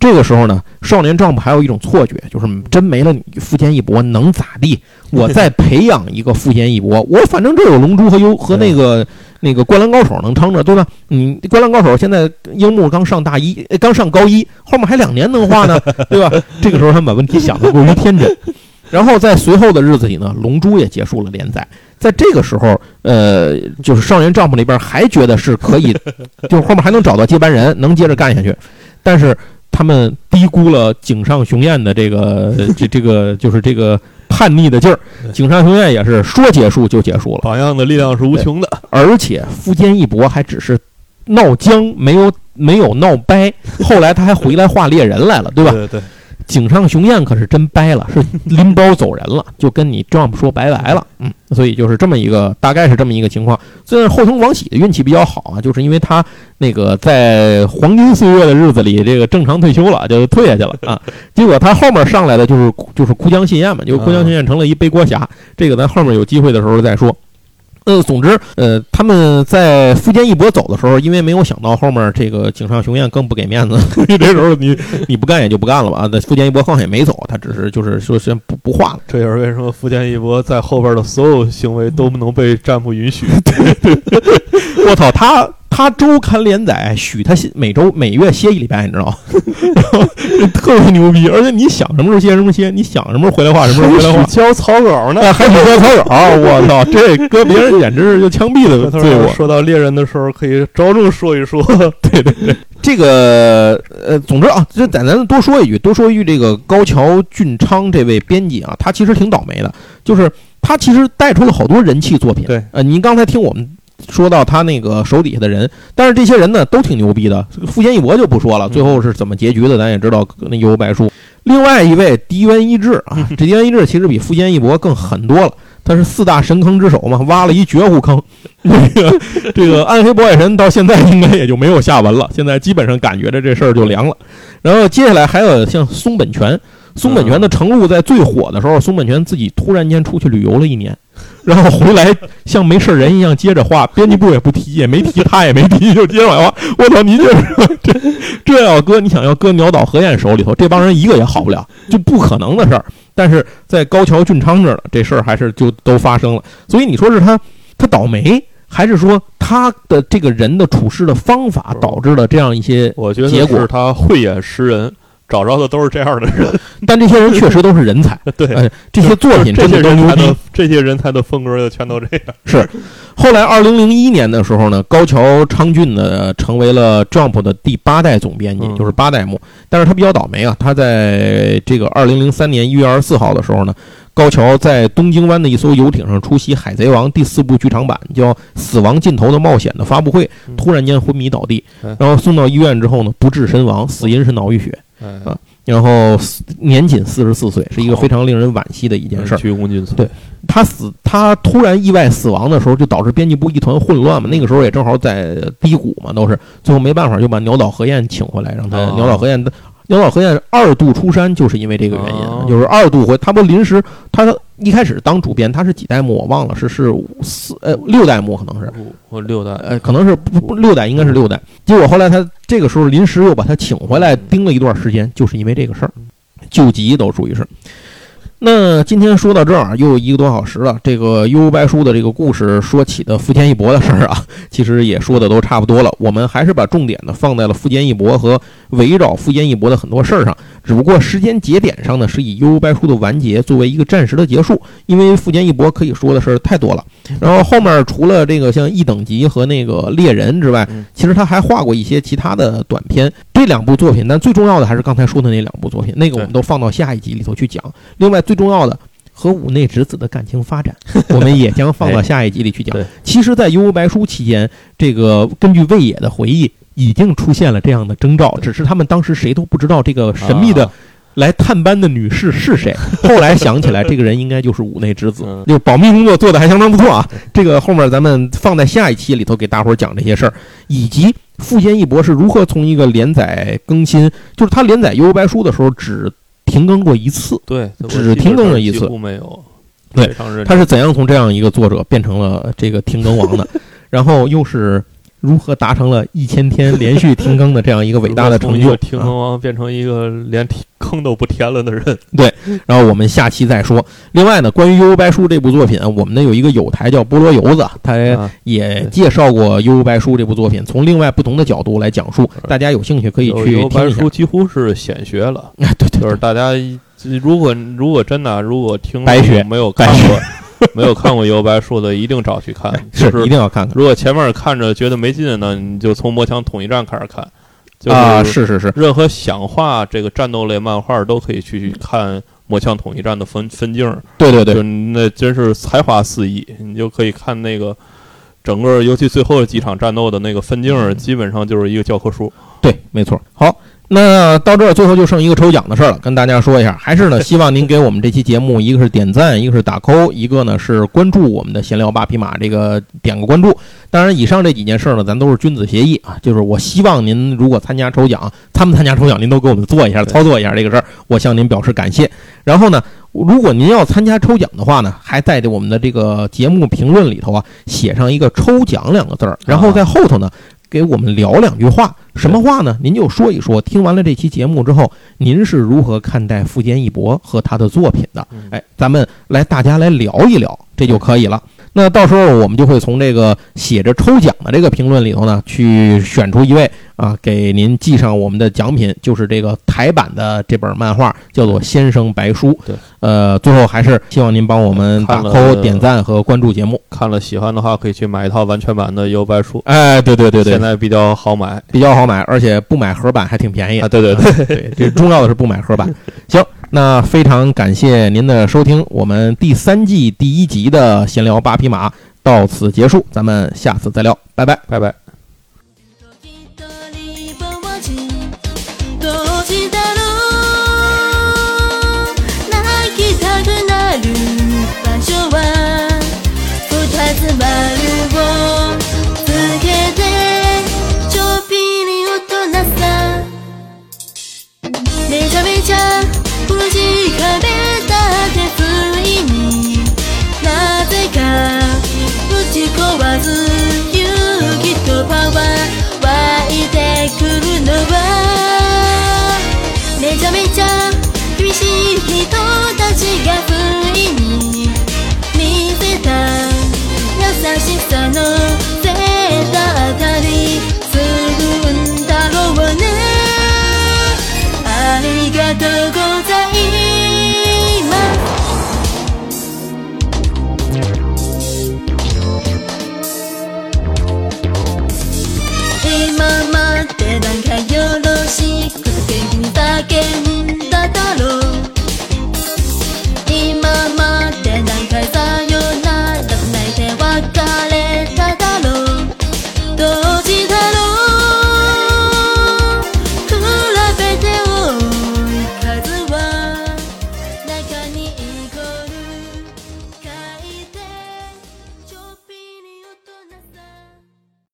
这个时候呢，少年Jump还有一种错觉，就是真没了你富坚义博能咋地？我再培养一个富坚义博，我反正这有龙珠和那个灌篮高手能撑着，对吧？灌篮高手现在樱木刚上高一，后面还2年能画呢，对吧？这个时候他们把问题想得过于天真。然后在随后的日子里呢，龙珠也结束了连载。在这个时候，就是少年Jump那边还觉得是可以，就是后面还能找到接班人，能接着干下去。但是他们低估了井上雄彦的这个就是这个叛逆的劲儿。井上雄彦也是说结束就结束了， 榜样的力量是无穷的。 而且富坚义博还只是闹僵，没有闹掰，后来他还回来画猎人来了，对吧？ 对。 井上雄彦可是真掰了，是拎包走人了，就跟你 Jump 说拜拜了。所以就是这么一个，大概是这么一个情况。虽然后藤广喜的运气比较好啊，就是因为他那个在黄金岁月的日子里，这个正常退休了，就退下去了啊。结果他后面上来的就是哭江信彦嘛，就哭江信彦成了一背锅侠。这个咱后面有机会的时候再说。总之，他们在富坚义博走的时候，因为没有想到后面这个井上雄彦更不给面子，所以这时候你不干也就不干了吧。那富坚义博好像也没走，他只是就是说先不画了。 这也是为什么富坚义博在后边的所有行为都不能被占卜允许。 我操，他周刊连载许他每月歇1礼拜，你知道吗？然后特别牛逼，而且你想什么时候歇什么歇，你想什么时候回来画什么时候回来画， 交草稿呢， 还许交草稿，我操，这搁别人简直是就枪毙的罪过。 说到猎人的时候，可以着重说一说。 对，这个总之啊，这咱多说一句，这个高桥俊昌这位编辑啊，他其实挺倒霉的，就是他其实带出了好多人气作品。 对， 您刚才听我们说到他那个手底下的人，但是这些人呢都挺牛逼的。富坚义博就不说了，最后是怎么结局的，咱也知道那幽游白书。另外一位荻原一志啊，这荻原一志其实比富坚义博更狠多了，他是4大神坑之首嘛，挖了一绝户坑。这个暗黑破坏神到现在应该也就没有下文了，现在基本上感觉着这事儿就凉了。然后接下来还有像松本泉的成路在最火的时候，松本泉自己突然间出去旅游了1年，然后回来像没事人一样接着画，编辑部也不提，也没提，他也没提，就接着往下画。我操，你这要搁你想要搁鸟岛和彦手里头，这帮人一个也好不了，就不可能的事儿。但是在高桥俊昌这儿呢，这事儿还是就都发生了。所以你说是他倒霉，还是说他的这个人的处事的方法导致了这样一些结果？ 我觉得是他慧眼识人。找着的都是这样的人， 但这些人确实都是人才。 对， 这些作品真的都牛逼， 这些人才的风格就全都这样。 是，后来2001年的时候呢，高桥昌俊呢成为了 Jump 的第8代总编辑，就是8代目。但是他比较倒霉啊，他在这个2003年1月24号的时候呢，高桥在东京湾的一艘游艇上出席《海贼王》第4部剧场版叫《死亡尽头的冒险》的发布会，突然间昏迷倒地，然后送到医院之后呢，不治身亡，死因是脑溢血。然后年仅44岁，是一个非常令人惋惜的一件事。对，他突然意外死亡的时候，就导致编辑部一团混乱嘛。那个时候也正好在低谷嘛，都是最后没办法就把鸟岛和彦请回来，让他鸟岛和彦2度出山，就是因为这个原因，就是2度回他不临时他一开始当主编，他是几代目我忘了，是6代目可能是 6代， 可能是不6代，应该是6代。结果后来他这个时候临时又把他请回来盯了一段时间，就是因为这个事儿，救急都属于是。那今天说到这儿又1个多小时了，这个幽游白书的这个故事说起的富坚义博的事儿啊，其实也说的都差不多了。我们还是把重点呢放在了富坚义博和围绕富坚义博的很多事儿上，只不过时间节点上呢是以幽游白书的完结作为一个暂时的结束，因为富坚义博可以说的事儿太多了。然后后面除了这个像异等级和那个猎人之外，其实他还画过一些其他的短篇，这2部作品，但最重要的还是刚才说的那2部作品，那个我们都放到下一集里头去讲。另外最重要的和五内直子的感情发展，我们也将放到下一集里去讲。其实在幽游白书期间，这个根据魏野的回忆已经出现了这样的征兆，只是他们当时谁都不知道这个神秘的来探班的女士是谁。后来想起来这个人应该就是五内直子，就保密工作做得还相当不错啊。这个后面咱们放在下一期里头给大伙儿讲这些事儿，以及富坚义博是如何从一个连载更新，就是他连载幽游白书的时候只停更过一次， 对， 只停更了一次， 几乎没有。 对，他是怎样从这样一个作者变成了这个停更王的？然后又是如何达成了1000天连续停更的这样一个伟大的成就， 停更王变成一个连坑都不填了的人。 对，然后我们下期再说。另外呢，关于《幽游白书》这部作品，我们呢有一个友台叫菠萝油子，他也介绍过《幽游白书》这部作品，从另外不同的角度来讲述。大家有兴趣可以去听一下。 幽游白书几乎是显学了， 对， 就是大家如果真的听白学没有看过。没有看过《幽游白书》的，一定找去看， 就是一定要看看。 如果前面看着觉得没劲呢，你就从魔枪统一战开始看。 是， 任何想画这个战斗类漫画都可以去看魔枪统一战的分镜。 对， 就那真是才华四溢，你就可以看那个整个，尤其最后几场战斗的那个分镜，基本上就是一个教科书。 对，没错。好。那到这儿最后就剩一个抽奖的事儿了，跟大家说一下，还是呢，希望您给我们这期节目，一个是点赞，一个是打扣，一个呢是关注我们的闲聊8匹马，这个点个关注。当然，以上这几件事呢，咱都是君子协议啊，就是我希望您如果参加抽奖，参加抽奖，您都给我们做一下，操作一下这个事儿，我向您表示感谢。然后呢，如果您要参加抽奖的话呢，还在我们的这个节目评论里头啊，写上一个抽奖2个字儿，然后在后头呢。给我们聊2句话，什么话呢？您就说一说，听完了这期节目之后，您是如何看待富坚义博和他的作品的？咱们大家来聊一聊，这就可以了。那到时候我们就会从这个写着抽奖的这个评论里头呢，去选出一位啊，给您寄上我们的奖品，就是这个台版的这本漫画，叫做《先生白书》。 对， 最后还是希望您帮我们打 call、点赞和关注节目。 看了喜欢的话，可以去买一套完全版的《幽游白书》。 对， 现在比较好买， 而且不买盒版还挺便宜啊。对， 这重要的是不买盒版。行。那非常感谢您的收听，我们第3季第1集的闲聊8匹马到此结束，咱们下次再聊，拜拜。 苦しかべた手不意になぜか打ち壊す勇気とパワー湧いてくるのはめちゃめちゃ